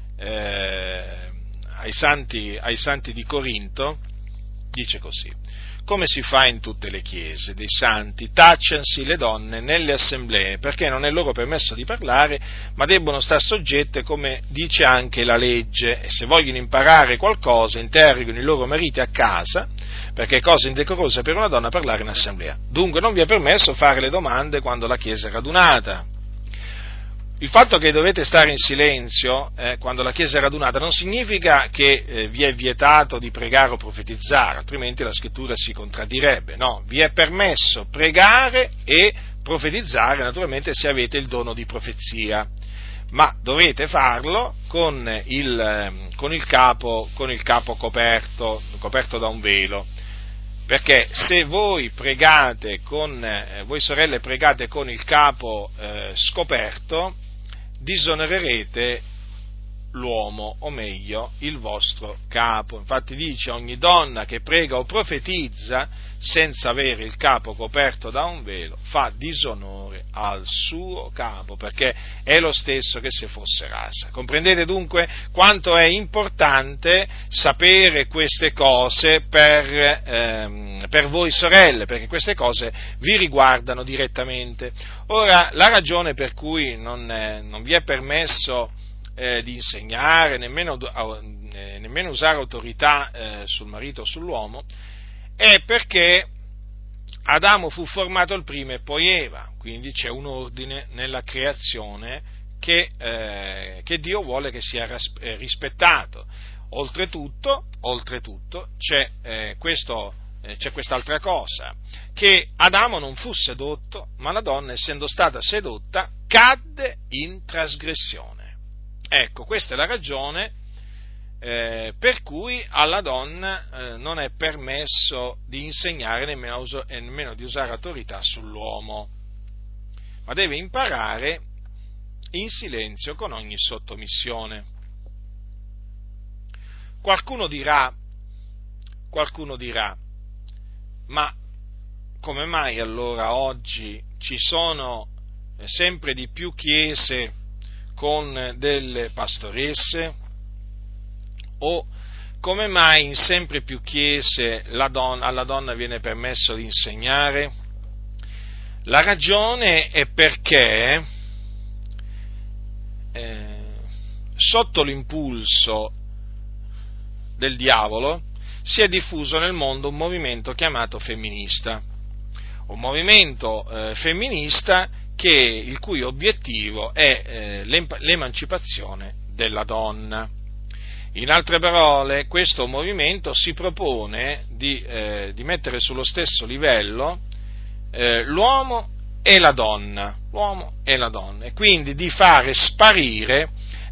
di Corinto, dice così: come si fa in tutte le chiese dei santi, tacciansi le donne nelle assemblee, perché non è loro permesso di parlare, ma debbono star soggette, come dice anche la legge, e se vogliono imparare qualcosa interrogano i loro mariti a casa, perché è cosa indecorosa per una donna parlare in assemblea. Dunque non vi è permesso fare le domande quando la chiesa è radunata. Il fatto che dovete stare in silenzio quando la Chiesa è radunata non significa che vi è vietato di pregare o profetizzare, altrimenti la Scrittura si contraddirebbe. No, vi è permesso pregare e profetizzare, naturalmente, se avete il dono di profezia, ma dovrete farlo con il capo coperto da un velo. Perché se voi voi sorelle pregate con il capo scoperto, disonorerete l'uomo, o meglio, il vostro capo. Infatti dice: ogni donna che prega o profetizza senza avere il capo coperto da un velo fa disonore al suo capo, perché è lo stesso che se fosse rasa. Comprendete dunque quanto è importante sapere queste cose per voi sorelle, perché queste cose vi riguardano direttamente. Ora, la ragione per cui non vi è permesso di insegnare, nemmeno usare autorità sul marito o sull'uomo, è perché Adamo fu formato il primo e poi Eva, quindi c'è un ordine nella creazione che Dio vuole che sia rispettato. Oltretutto c'è questo c'è quest'altra cosa, che Adamo non fu sedotto, ma la donna, essendo stata sedotta, cadde in trasgressione. Ecco, questa è la ragione per cui alla donna non è permesso di insegnare nemmeno di usare autorità sull'uomo, ma deve imparare in silenzio con ogni sottomissione. Qualcuno dirà, ma come mai allora oggi ci sono sempre di più chiese con delle pastoresse? O come mai in sempre più chiese alla donna viene permesso di insegnare? La ragione è perché sotto l'impulso del diavolo si è diffuso nel mondo un movimento chiamato femminista, un movimento femminista il cui obiettivo è l'emancipazione della donna. In altre parole, questo movimento si propone di mettere sullo stesso livello l'uomo e la donna, e quindi di fare sparire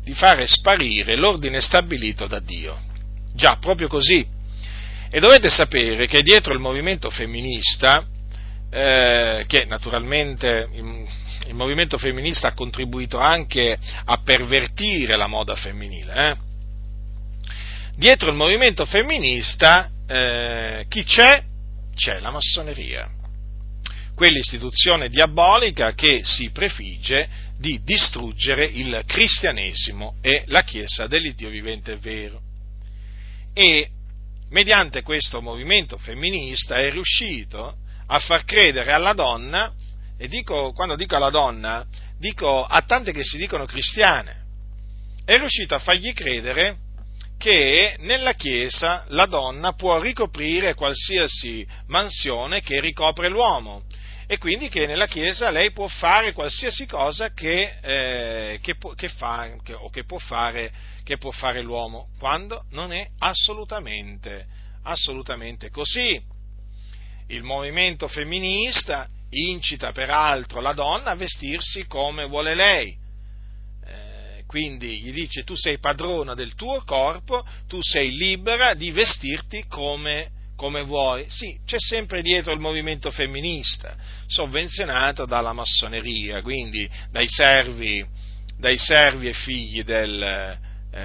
l'ordine stabilito da Dio. Già, proprio così. E dovete sapere che dietro il movimento femminista, che naturalmente il movimento femminista ha contribuito anche a pervertire la moda femminile, dietro il movimento femminista chi c'è? C'è la massoneria, quell'istituzione diabolica che si prefigge di distruggere il cristianesimo e la Chiesa dell'Iddio vivente e vero. E mediante questo movimento femminista è riuscito a far credere alla donna, e quando dico alla donna, dico a tante che si dicono cristiane, è riuscito a fargli credere che nella Chiesa la donna può ricoprire qualsiasi mansione che ricopre l'uomo, e quindi che nella Chiesa lei può fare qualsiasi cosa che può fare l'uomo, quando non è assolutamente così. Il movimento femminista incita peraltro la donna a vestirsi come vuole lei. Quindi gli dice: tu sei padrona del tuo corpo, tu sei libera di vestirti come vuoi. Sì, c'è sempre dietro il movimento femminista, sovvenzionato dalla massoneria, quindi dai servi e figli del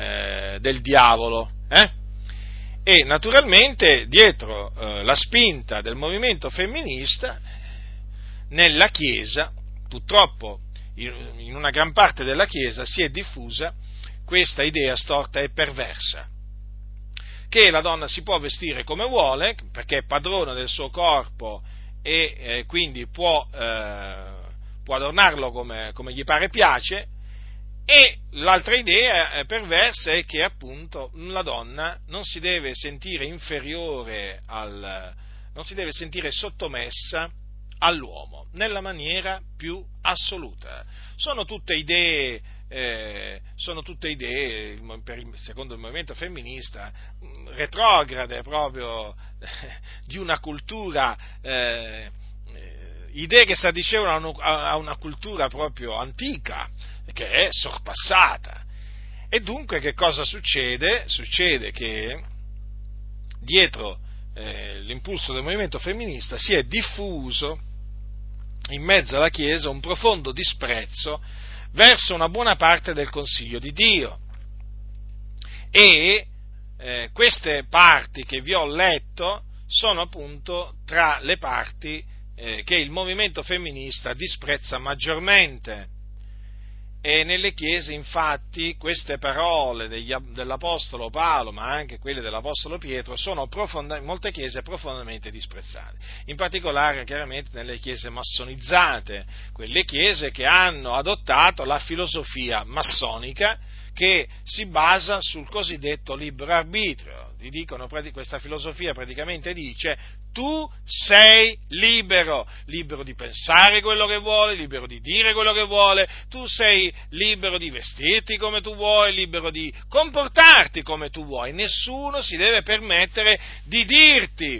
diavolo. E naturalmente dietro la spinta del movimento femminista nella Chiesa, purtroppo, in una gran parte della Chiesa si è diffusa questa idea storta e perversa, che la donna si può vestire come vuole, perché è padrona del suo corpo e quindi può adornarlo come gli pare piace, e l'altra idea perversa è che appunto la donna non si deve sentire inferiore non si deve sentire sottomessa all'uomo nella maniera più assoluta. Sono tutte idee, secondo il movimento femminista, retrograde proprio di una cultura, idee che si addicevano a una cultura proprio antica, che è sorpassata. E dunque che cosa succede? Succede che dietro l'impulso del movimento femminista si è diffuso in mezzo alla Chiesa un profondo disprezzo verso una buona parte del Consiglio di Dio, e queste parti che vi ho letto sono appunto tra le parti che il movimento femminista disprezza maggiormente. E nelle chiese, infatti, queste parole dell'Apostolo Paolo, ma anche quelle dell'Apostolo Pietro, sono in molte chiese profondamente disprezzate. In particolare, chiaramente, nelle chiese massonizzate, quelle chiese che hanno adottato la filosofia massonica, che si basa sul cosiddetto libero arbitrio. Questa filosofia praticamente dice: tu sei libero di pensare quello che vuole, libero di dire quello che vuole, tu sei libero di vestirti come tu vuoi, libero di comportarti come tu vuoi, nessuno si deve permettere di dirti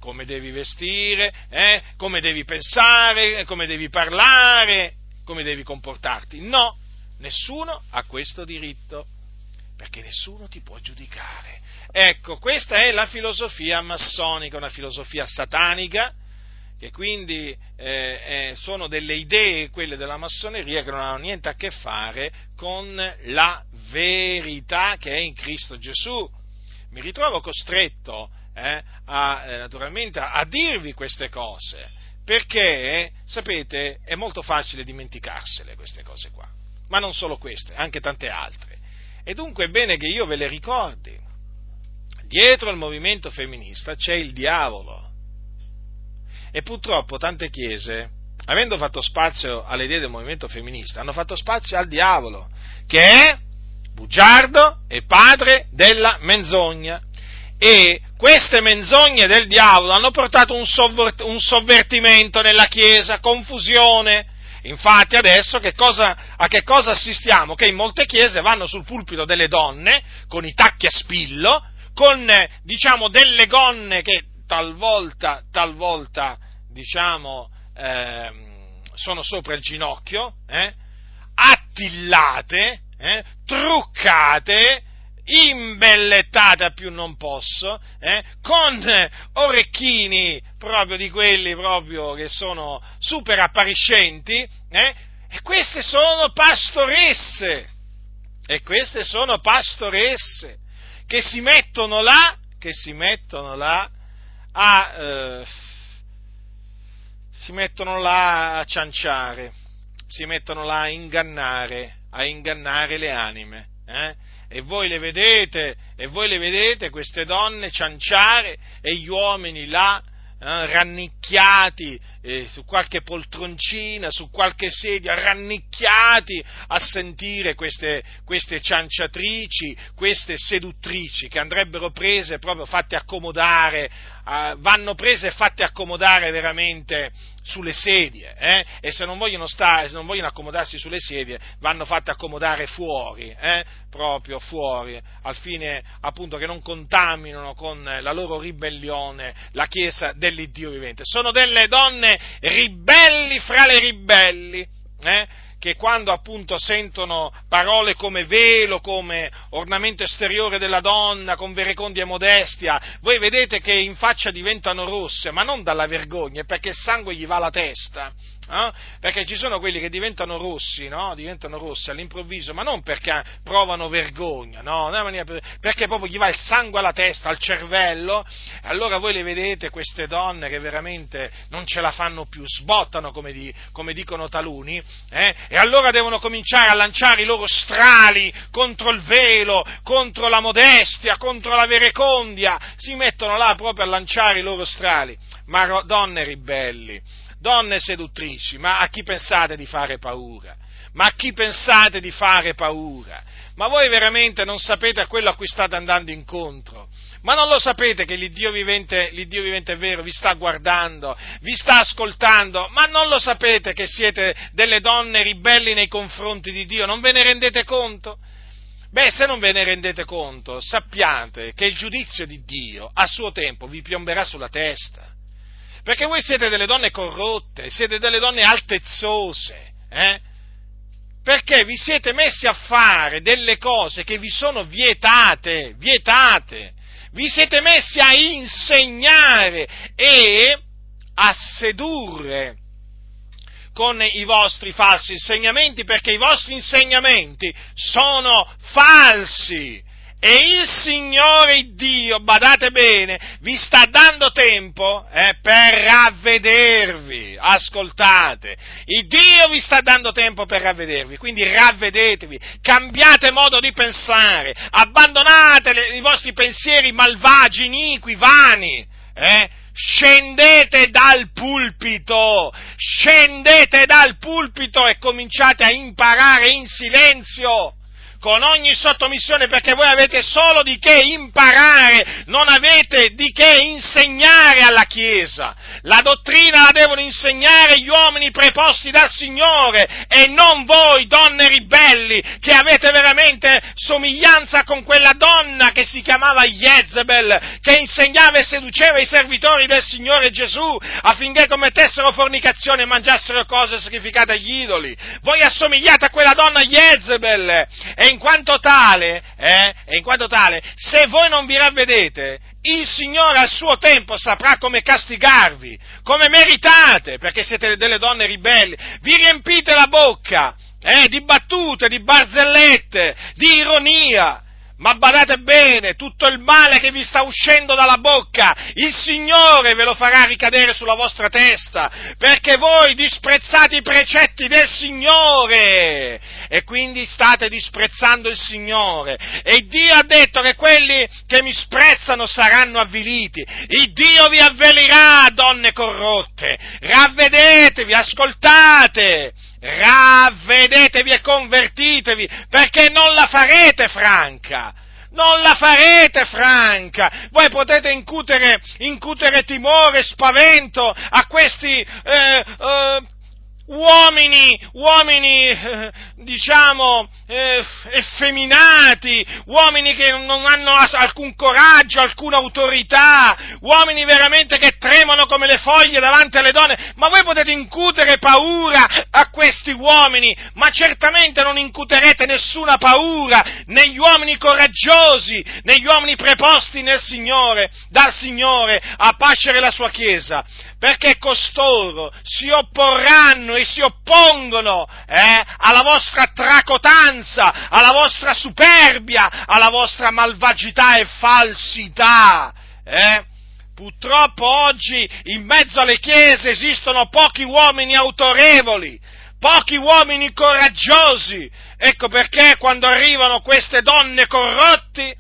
come devi vestire, come devi pensare, come devi parlare, come devi comportarti. No, nessuno ha questo diritto, perché nessuno ti può giudicare. Ecco, questa è la filosofia massonica, una filosofia satanica, che quindi sono delle idee, quelle della massoneria, che non hanno niente a che fare con la verità che è in Cristo Gesù. Mi ritrovo costretto naturalmente a dirvi queste cose, perché, sapete, è molto facile dimenticarsele queste cose qua, ma non solo queste, anche tante altre. E dunque è bene che io ve le ricordi. Dietro al movimento femminista c'è il diavolo. E purtroppo tante chiese, avendo fatto spazio alle idee del movimento femminista, hanno fatto spazio al diavolo, che è bugiardo e padre della menzogna. E queste menzogne del diavolo hanno portato un sovvertimento nella Chiesa, confusione. Infatti adesso a che cosa assistiamo? Che in molte chiese vanno sul pulpito delle donne con i tacchi a spillo, con delle gonne che talvolta sono sopra il ginocchio, attillate, truccate, imbellettate a più non posso, con orecchini proprio di quelli proprio che sono super appariscenti, e queste sono pastoresse, che si mettono là a cianciare, si mettono là a ingannare le anime, E voi le vedete queste donne cianciare e gli uomini là rannicchiati su qualche poltroncina, su qualche sedia, rannicchiati a sentire queste cianciatrici, queste seduttrici che andrebbero prese proprio fatte accomodare, vanno prese e fatte accomodare veramente sulle sedie, e se non vogliono accomodarsi sulle sedie, vanno fatte accomodare fuori, proprio fuori, al fine appunto che non contaminino con la loro ribellione la Chiesa dell'Iddio vivente. Sono delle donne ribelli fra le ribelli, che quando appunto sentono parole come velo, come ornamento esteriore della donna, con verecondia e modestia, voi vedete che in faccia diventano rosse, ma non dalla vergogna, perché il sangue gli va alla testa. Perché ci sono quelli che diventano rossi all'improvviso, ma non perché provano vergogna, perché proprio gli va il sangue alla testa, al cervello. Allora voi le vedete queste donne che veramente non ce la fanno più, sbottano come dicono taluni, e allora devono cominciare a lanciare i loro strali contro il velo, contro la modestia, contro la verecondia, si mettono là proprio a lanciare i loro strali. Ma donne ribelli, donne seduttrici, ma a chi pensate di fare paura? Ma voi veramente non sapete a quello a cui state andando incontro? Ma non lo sapete che l'Iddio vivente è vero, vi sta guardando, vi sta ascoltando? Ma non lo sapete che siete delle donne ribelli nei confronti di Dio? Non ve ne rendete conto? Beh, se non ve ne rendete conto, sappiate che il giudizio di Dio a suo tempo vi piomberà sulla testa. Perché voi siete delle donne corrotte, siete delle donne altezzose, perché vi siete messi a fare delle cose che vi sono vietate, vi siete messi a insegnare e a sedurre con i vostri falsi insegnamenti, perché i vostri insegnamenti sono falsi. E il Signore Dio, badate bene, vi sta dando tempo per ravvedervi, ascoltate, il Dio vi sta dando tempo per ravvedervi, quindi ravvedetevi, cambiate modo di pensare, abbandonate i vostri pensieri malvagi, iniqui, vani, scendete dal pulpito e cominciate a imparare in silenzio. con ogni sottomissione, perché voi avete solo di che imparare, non avete di che insegnare alla Chiesa. La dottrina la devono insegnare gli uomini preposti dal Signore e non voi, donne ribelli, che avete veramente somiglianza con quella donna che si chiamava Jezebel, che insegnava e seduceva i servitori del Signore Gesù affinché commettessero fornicazione e mangiassero cose sacrificate agli idoli. Voi assomigliate a quella donna Jezebel e in quanto tale, se voi non vi ravvedete, il Signore al suo tempo saprà come castigarvi, come meritate, perché siete delle donne ribelli. Vi riempite la bocca di battute, di barzellette, di ironia. Ma badate bene, tutto il male che vi sta uscendo dalla bocca, il Signore ve lo farà ricadere sulla vostra testa, perché voi disprezzate i precetti del Signore, e quindi state disprezzando il Signore, e Dio ha detto che quelli che mi sprezzano saranno avviliti. Il Dio vi avvelirà, donne corrotte, ravvedetevi, ascoltate, ravvedetevi e convertitevi, perché non la farete franca. Non la farete franca. Voi potete incutere timore, spavento a questi uomini, effeminati, uomini che non hanno alcun coraggio, alcuna autorità, uomini veramente che tremano come le foglie davanti alle donne, ma voi potete incutere paura a questi uomini, ma certamente non incuterete nessuna paura negli uomini coraggiosi, negli uomini preposti nel Signore, dal Signore a pascere la sua Chiesa, perché costoro si opporranno e si oppongono alla vostra tracotanza, alla vostra superbia, alla vostra malvagità e falsità. Purtroppo oggi in mezzo alle chiese esistono pochi uomini autorevoli, pochi uomini coraggiosi. Ecco perché quando arrivano queste donne corrotte,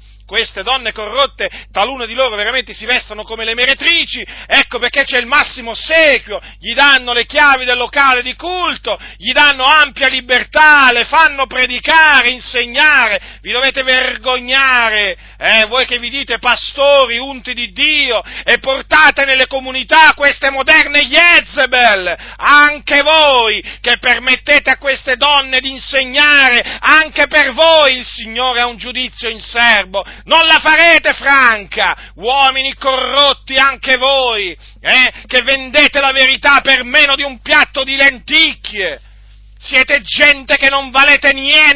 talune di loro veramente si vestono come le meretrici, ecco perché c'è il massimo ossequio, gli danno le chiavi del locale di culto, gli danno ampia libertà, le fanno predicare, insegnare. Vi dovete vergognare, voi che vi dite pastori unti di Dio e portate nelle comunità queste moderne Jezebel, anche voi che permettete a queste donne di insegnare, anche per voi il Signore ha un giudizio in serbo. Non la farete franca, uomini corrotti anche voi, che vendete la verità per meno di un piatto di lenticchie. Siete gente che non valete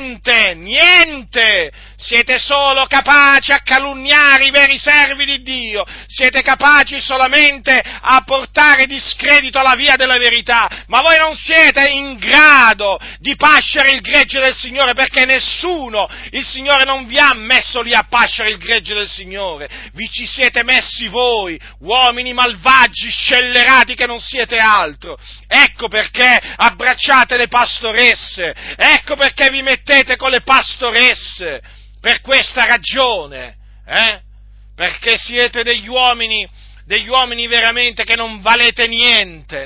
niente, siete solo capaci a calunniare i veri servi di Dio, siete capaci solamente a portare discredito alla via della verità, ma voi non siete in grado di pascere il gregge del Signore, perché il Signore non vi ha messo lì a pascere il gregge del Signore, vi ci siete messi voi, uomini malvagi, scellerati che non siete altro. Ecco perché abbracciate le pastoresse, ecco perché vi mettete con le pastoresse, per questa ragione, perché siete degli uomini veramente che non valete niente.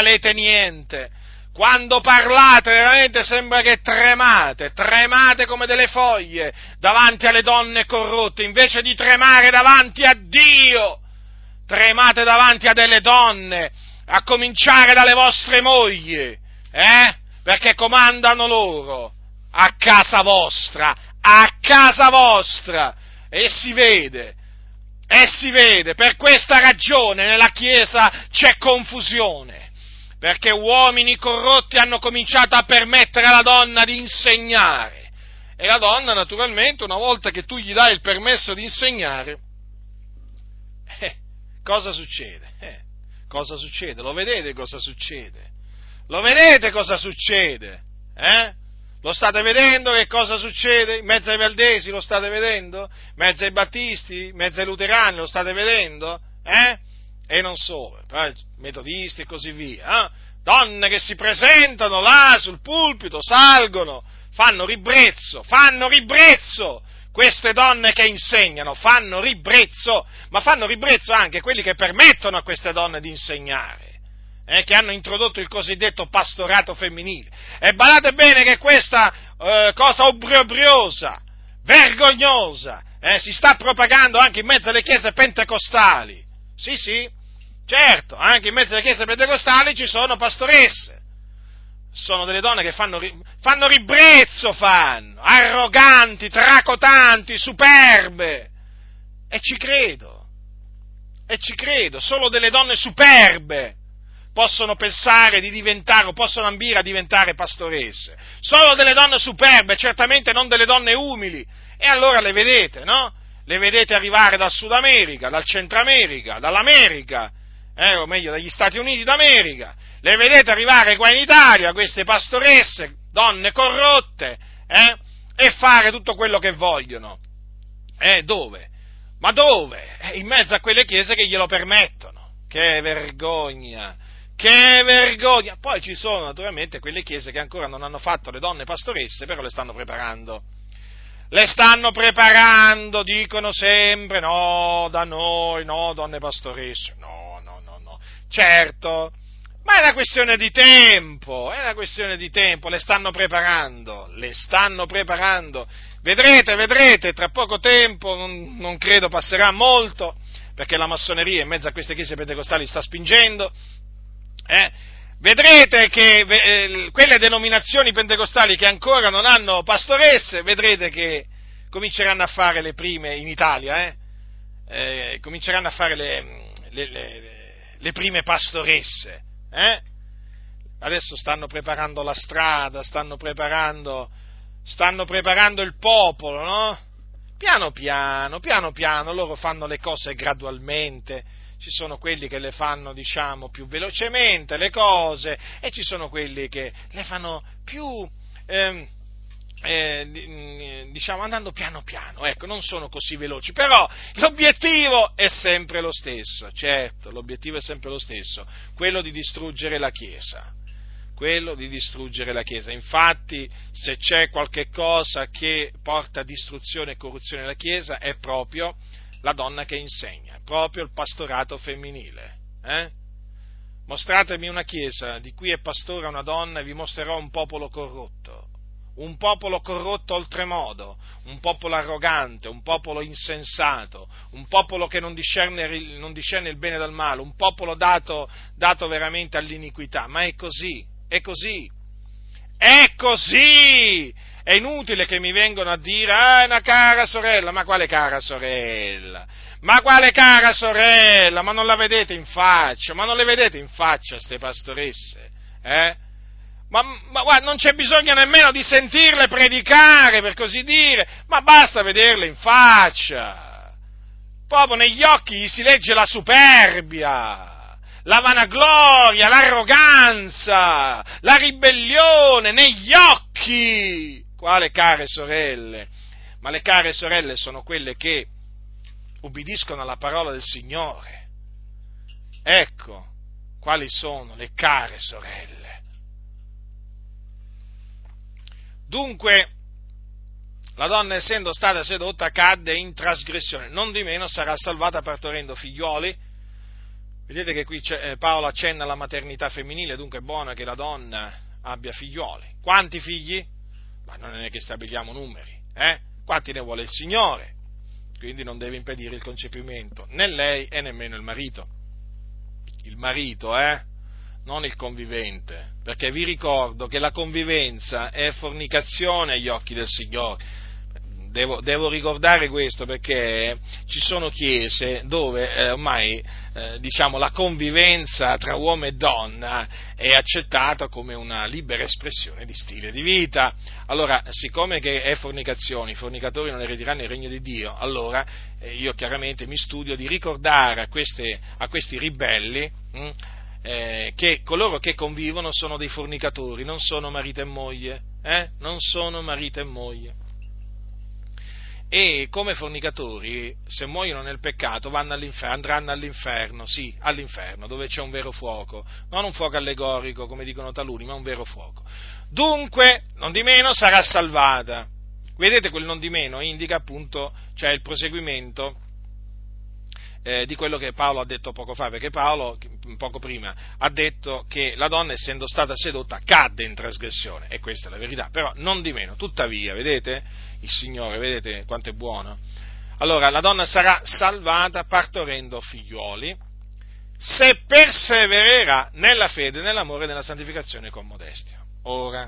Quando parlate veramente sembra che tremate come delle foglie davanti alle donne corrotte, invece di tremare davanti a Dio, tremate davanti a delle donne, a cominciare dalle vostre mogli, perché comandano loro a casa vostra, e si vede, per questa ragione nella Chiesa c'è confusione, perché uomini corrotti hanno cominciato a permettere alla donna di insegnare, e la donna naturalmente una volta che tu gli dai il permesso di insegnare, cosa succede? Cosa succede? Lo vedete cosa succede? Lo state vedendo che cosa succede? In mezzo ai valdesi lo state vedendo? In mezzo ai battisti? In mezzo ai luterani lo state vedendo? E non solo, metodisti e così via. Donne che si presentano là sul pulpito, salgono, fanno ribrezzo. Queste donne che insegnano fanno ribrezzo, ma fanno ribrezzo anche quelli che permettono a queste donne di insegnare. Che hanno introdotto il cosiddetto pastorato femminile. E badate bene che questa cosa obbrobriosa, vergognosa, si sta propagando anche in mezzo alle chiese pentecostali. Sì, certo, anche in mezzo alle chiese pentecostali ci sono pastoresse. Sono delle donne che fanno ribrezzo, arroganti, tracotanti, superbe. E ci credo, solo delle donne superbe possono pensare di diventare, o possono ambire a diventare pastoresse. Solo delle donne superbe, certamente non delle donne umili. E allora le vedete, no? Le vedete arrivare dal Sud America, dal Centro America, dall'America, o meglio dagli Stati Uniti d'America. Le vedete arrivare qua in Italia, queste pastoresse, donne corrotte, e fare tutto quello che vogliono. Dove? Ma dove? In mezzo a quelle chiese che glielo permettono. Che vergogna! Che vergogna! Poi ci sono naturalmente quelle chiese che ancora non hanno fatto le donne pastoresse, però le stanno preparando. Le stanno preparando, dicono sempre, no, da noi, no, donne pastoresse, no. Certo, ma è una questione di tempo, le stanno preparando. Vedrete, tra poco tempo, non credo passerà molto, perché la massoneria in mezzo a queste chiese pentecostali sta spingendo, Vedrete che quelle denominazioni pentecostali che ancora non hanno pastoresse, vedrete che cominceranno a fare le prime in Italia, cominceranno a fare le prime pastoresse, Adesso stanno preparando la strada, stanno preparando il popolo, no? Piano piano, loro fanno le cose gradualmente. Ci sono quelli che le fanno, più velocemente le cose, e ci sono quelli che le fanno più, andando piano piano, non sono così veloci, però l'obiettivo è sempre lo stesso, certo, l'obiettivo è sempre lo stesso, quello di distruggere la Chiesa. Infatti, se c'è qualche cosa che porta a distruzione e corruzione alla Chiesa, è proprio la donna che insegna, proprio il pastorato femminile. Mostratemi una Chiesa di cui è pastora una donna e vi mostrerò un popolo corrotto oltremodo, un popolo arrogante, un popolo insensato, un popolo che non discerne il bene dal male, un popolo dato veramente all'iniquità. Ma è così. È inutile che mi vengano a dire, è una cara sorella, ma quale cara sorella? Ma non la vedete in faccia? Ma non le vedete in faccia ste pastoresse? Ma guarda, non c'è bisogno nemmeno di sentirle predicare, per così dire, ma basta vederle in faccia. Proprio negli occhi gli si legge la superbia, la vanagloria, l'arroganza, la ribellione, negli occhi. Quale care sorelle? Ma le care sorelle sono quelle che ubbidiscono alla parola del Signore. Ecco, quali sono le care sorelle. Dunque, la donna, essendo stata sedotta, cadde in trasgressione, non di meno sarà salvata partorendo figlioli. Vedete che qui Paolo accenna alla maternità femminile, dunque è buono che la donna abbia figlioli. Quanti figli? Ma non è che stabiliamo numeri, Quanti ne vuole il Signore? Quindi non deve impedire il concepimento, né lei e nemmeno il marito. Il marito, non il convivente, perché vi ricordo che la convivenza è fornicazione agli occhi del Signore. Devo ricordare questo perché ci sono chiese dove ormai la convivenza tra uomo e donna è accettata come una libera espressione di stile di vita. Allora, siccome che è fornicazione, i fornicatori non erediranno il regno di Dio, allora io chiaramente mi studio di ricordare a questi ribelli che coloro che convivono sono dei fornicatori, non sono marito e moglie, non sono marito e moglie. E come fornicatori, se muoiono nel peccato, andranno all'inferno, sì, all'inferno, dove c'è un vero fuoco, non un fuoco allegorico, come dicono taluni, ma un vero fuoco. Dunque, non di meno, sarà salvata. Vedete, quel non di meno indica appunto, cioè il proseguimento di quello che Paolo ha detto poco fa, perché Paolo, poco prima, ha detto che la donna, essendo stata sedotta, cadde in trasgressione, e questa è la verità, però non di meno, tuttavia, vedete, il Signore, vedete quanto è buono? Allora, la donna sarà salvata partorendo figliuoli, se persevererà nella fede, nell'amore e nella santificazione con modestia. Ora,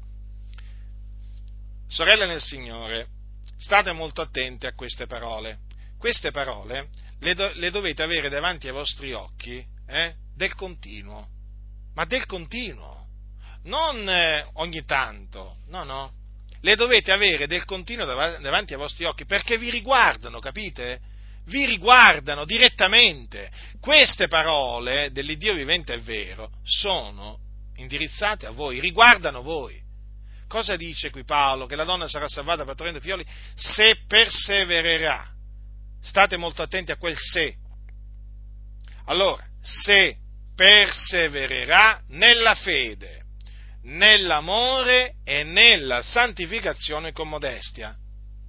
sorelle nel Signore, state molto attenti a queste parole. Queste parole le dovete avere davanti ai vostri occhi del continuo, ma del continuo, non ogni tanto, no. Le dovete avere del continuo davanti ai vostri occhi, perché vi riguardano, capite? Vi riguardano direttamente. Queste parole dell'Iddio vivente e vero sono indirizzate a voi, riguardano voi. Cosa dice qui Paolo? Che la donna sarà salvata partorendo figlioli se persevererà. State molto attenti a quel se. Allora, se persevererà nella fede, nell'amore e nella santificazione con modestia.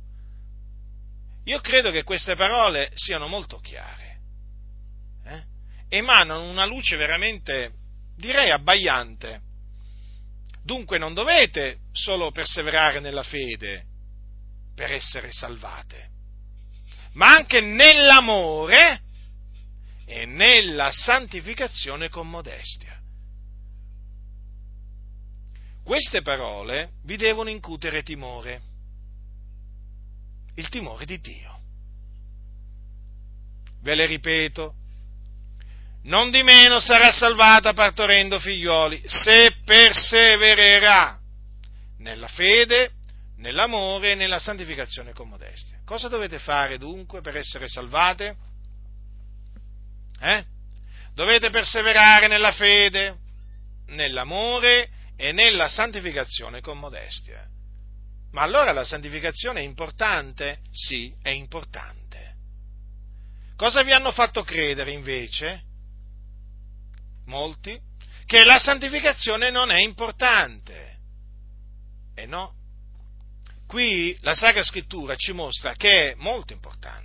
Io credo che queste parole siano molto chiare, emanano una luce veramente, direi, abbagliante. Dunque non dovete solo perseverare nella fede per essere salvate, ma anche nell'amore e nella santificazione con modestia. Queste parole vi devono incutere timore, il timore di Dio. Ve le ripeto, non di meno sarà salvata partorendo figlioli, se persevererà nella fede, nell'amore e nella santificazione con modestia. Cosa dovete fare dunque per essere salvate? Dovete perseverare nella fede, nell'amore e nella santificazione con modestia. Ma allora la santificazione è importante? Sì, è importante. Cosa vi hanno fatto credere invece? Molti, che la santificazione non è importante. E no. Qui la Sacra Scrittura ci mostra che è molto importante.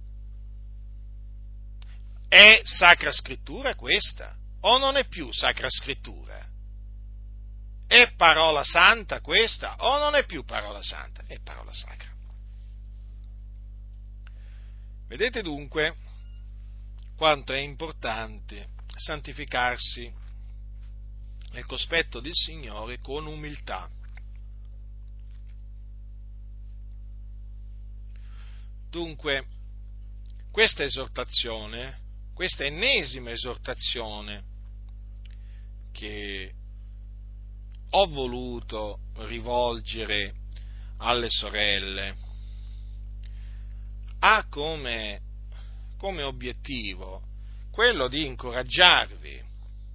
È Sacra Scrittura questa? O non è più Sacra Scrittura? È parola santa questa? O non è più parola santa? È parola sacra. Vedete dunque quanto è importante santificarsi nel cospetto del Signore con umiltà. Dunque, questa esortazione, questa ennesima esortazione che ho voluto rivolgere alle sorelle ha come obiettivo quello di incoraggiarvi,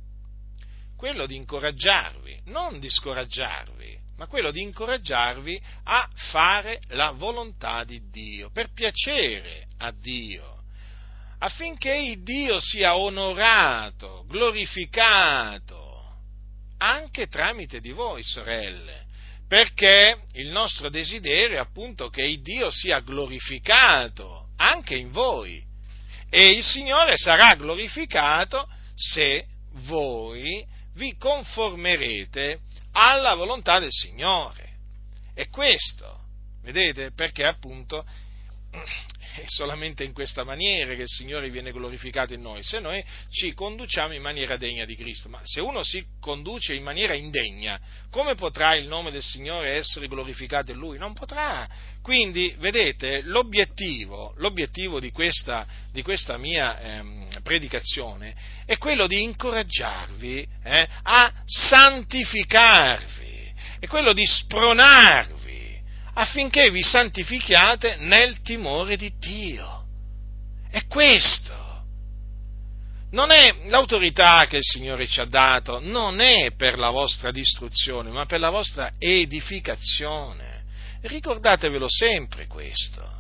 non di scoraggiarvi, ma quello di incoraggiarvi a fare la volontà di Dio, per piacere a Dio, affinché il Dio sia onorato, glorificato, anche tramite di voi, sorelle, perché il nostro desiderio è appunto che il Dio sia glorificato anche in voi, e il Signore sarà glorificato se voi vi conformerete alla volontà del Signore. E questo, vedete, perché appunto è solamente in questa maniera che il Signore viene glorificato in noi, se noi ci conduciamo in maniera degna di Cristo. Ma se uno si conduce in maniera indegna, come potrà il nome del Signore essere glorificato in lui? Non potrà. Quindi, vedete, l'obiettivo di questa mia predicazione è quello di incoraggiarvi a santificarvi, è quello di spronarvi affinché vi santifichiate nel timore di Dio. È questo. Non è l'autorità che il Signore ci ha dato, non è per la vostra distruzione, ma per la vostra edificazione. Ricordatevelo sempre questo.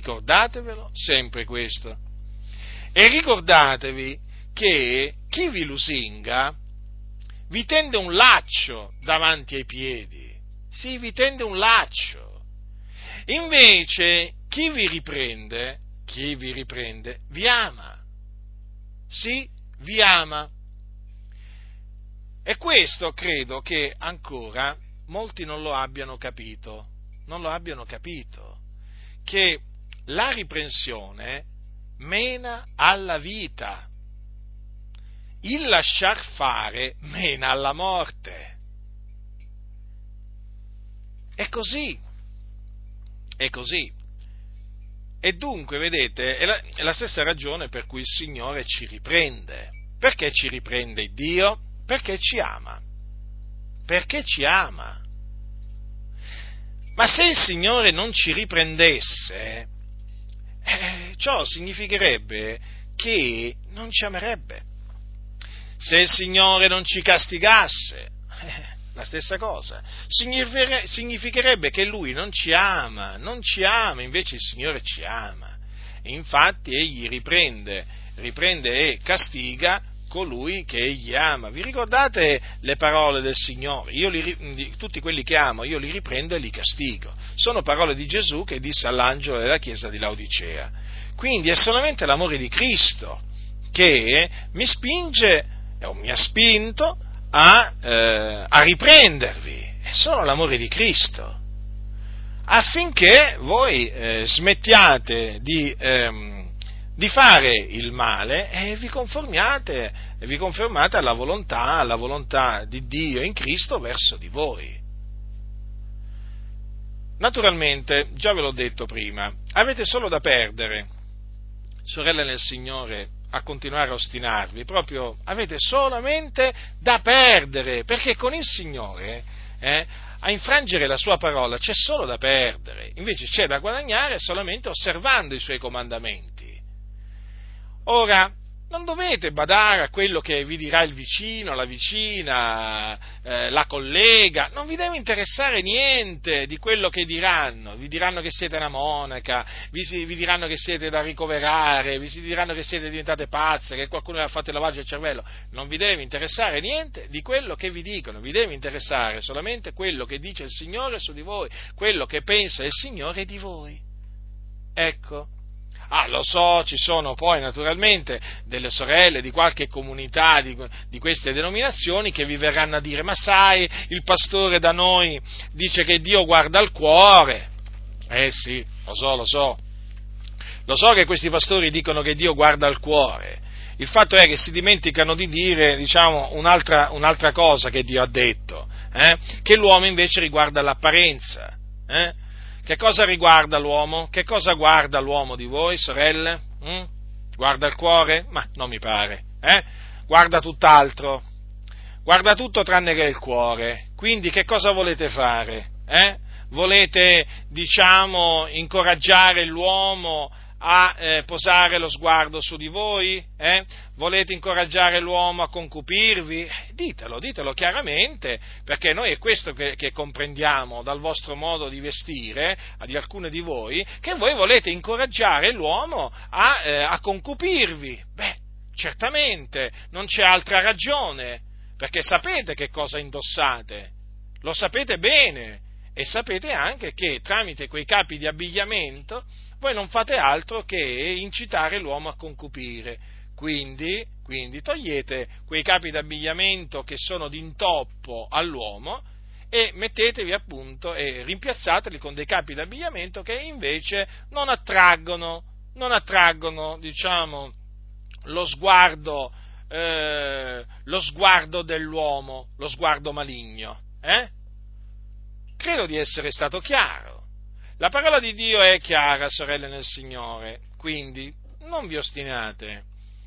E ricordatevi che chi vi lusinga vi tende un laccio davanti ai piedi. Sì, vi tende un laccio. Invece chi vi riprende chi vi riprende vi ama. Sì, vi ama. E questo credo che ancora molti non lo abbiano capito, che la riprensione mena alla vita, il lasciar fare mena alla morte. È così. E dunque, vedete, è la stessa ragione per cui il Signore ci riprende. Perché ci riprende Dio? Perché ci ama. Ma se il Signore non ci riprendesse, ciò significherebbe che non ci amerebbe. Se il Signore non ci castigasse, la stessa cosa, significherebbe che Lui non ci ama, invece il Signore ci ama. E infatti Egli riprende e castiga colui che Egli ama. Vi ricordate le parole del Signore? Tutti quelli che amo io li riprendo e li castigo. Sono parole di Gesù che disse all'angelo della chiesa di Laodicea. Quindi è solamente l'amore di Cristo che mi spinge, o mi ha spinto, a riprendervi. È solo l'amore di Cristo, affinché voi smettiate di fare il male e vi conformate alla volontà di Dio in Cristo verso di voi. Naturalmente, già ve l'ho detto prima, avete solo da perdere, sorelle nel Signore, a continuare a ostinarvi, proprio avete solamente da perdere, perché con il Signore a infrangere la sua parola c'è solo da perdere, invece c'è da guadagnare solamente osservando i suoi comandamenti. Ora, non dovete badare a quello che vi dirà il vicino, la vicina, la collega, non vi deve interessare niente di quello che diranno. Vi diranno che siete una monaca, vi diranno che siete da ricoverare, vi diranno che siete diventate pazze, che qualcuno vi ha fatto il lavaggio del cervello. Non vi deve interessare niente di quello che vi dicono, vi deve interessare solamente quello che dice il Signore su di voi, quello che pensa il Signore di voi. Ecco. Lo so, ci sono poi naturalmente delle sorelle di qualche comunità di queste denominazioni che vi verranno a dire: ma sai, il pastore da noi dice che Dio guarda al cuore. Sì, lo so che questi pastori dicono che Dio guarda al cuore. Il fatto è che si dimenticano di dire, un'altra cosa che Dio ha detto, che l'uomo invece riguarda l'apparenza. Che cosa riguarda l'uomo? Che cosa guarda l'uomo di voi, sorelle? Guarda il cuore? Ma non mi pare. Guarda tutt'altro. Guarda tutto tranne che il cuore. Quindi che cosa volete fare? Volete, incoraggiare l'uomo a posare lo sguardo su di voi? Volete incoraggiare l'uomo a concupirvi? Ditelo chiaramente, perché noi è questo che comprendiamo dal vostro modo di vestire, di alcune di voi, che voi volete incoraggiare l'uomo a concupirvi. Certamente, non c'è altra ragione, perché sapete che cosa indossate, lo sapete bene, e sapete anche che tramite quei capi di abbigliamento voi non fate altro che incitare l'uomo a concupire. Quindi togliete quei capi d'abbigliamento che sono d'intoppo all'uomo e mettetevi appunto e rimpiazzateli con dei capi d'abbigliamento che invece non attraggono lo sguardo dell'uomo, lo sguardo maligno. Credo di essere stato chiaro. La parola di Dio è chiara, sorelle nel Signore, quindi non vi ostinate.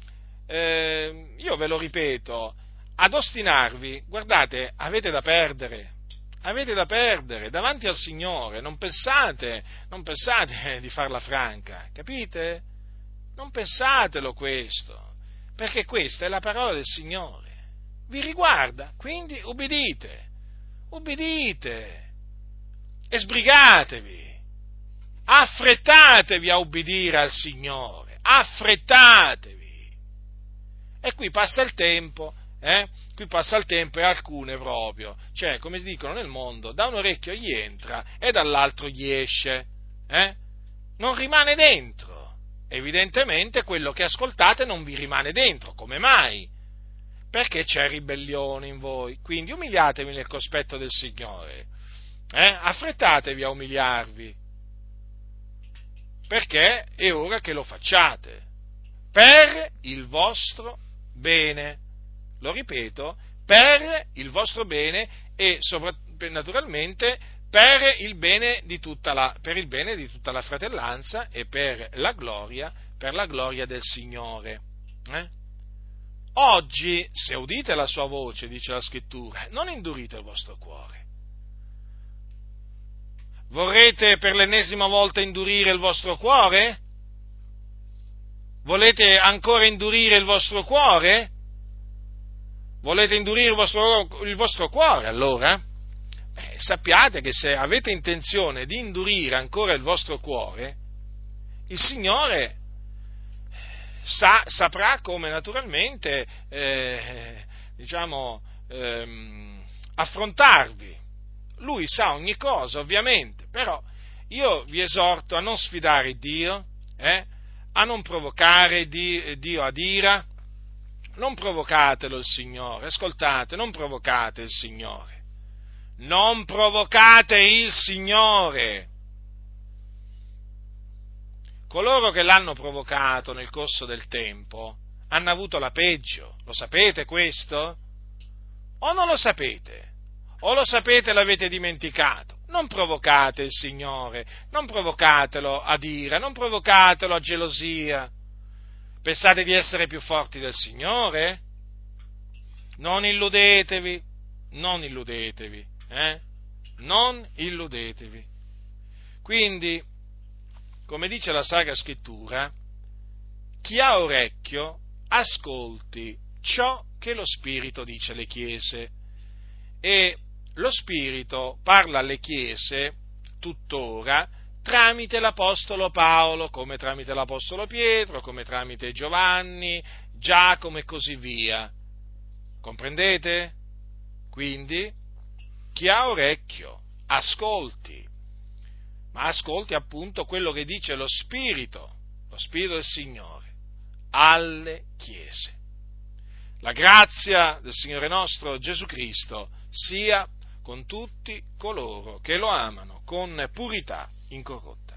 Io ve lo ripeto, ad ostinarvi, guardate, avete da perdere davanti al Signore, non pensate di farla franca, capite? Non pensatelo questo, perché questa è la parola del Signore, vi riguarda, quindi ubbidite e sbrigatevi. Affrettatevi a ubbidire al Signore, affrettatevi. E qui passa il tempo e alcune proprio, cioè, come si dicono nel mondo, da un orecchio gli entra e dall'altro gli esce, non rimane dentro. evidentemente quello che ascoltate non vi rimane dentro. Come mai? Perché c'è ribellione in voi. Quindi umiliatevi nel cospetto del Signore. Affrettatevi a umiliarvi, perché è ora che lo facciate, per il vostro bene. Lo ripeto, per il vostro bene e naturalmente per il bene di tutta la fratellanza e per la gloria del Signore. Oggi, se udite la sua voce, dice la Scrittura, non indurite il vostro cuore. Vorrete per l'ennesima volta indurire il vostro cuore? Volete ancora indurire il vostro cuore? Volete indurire il vostro cuore, allora? Sappiate che se avete intenzione di indurire ancora il vostro cuore, il Signore saprà come naturalmente affrontarvi. Lui sa ogni cosa, ovviamente, però io vi esorto a non sfidare Dio, a non provocare Dio ad ira. Non provocatelo il Signore, ascoltate, non provocate il Signore. Non provocate il Signore. Coloro che l'hanno provocato nel corso del tempo hanno avuto la peggio. Lo sapete questo? O non lo sapete? O lo sapete e l'avete dimenticato? Non provocate il Signore, non provocatelo ad ira, non provocatelo a gelosia. Pensate di essere più forti del Signore? Non illudetevi, non illudetevi. Quindi, come dice la Sacra Scrittura, chi ha orecchio ascolti ciò che lo Spirito dice alle chiese. E lo Spirito parla alle chiese tuttora tramite l'Apostolo Paolo, come tramite l'Apostolo Pietro, come tramite Giovanni, Giacomo e così via. Comprendete? Quindi, chi ha orecchio, ascolti, ma ascolti appunto quello che dice lo Spirito del Signore, alle chiese. La grazia del Signore nostro Gesù Cristo sia con tutti coloro che lo amano con purità incorrotta.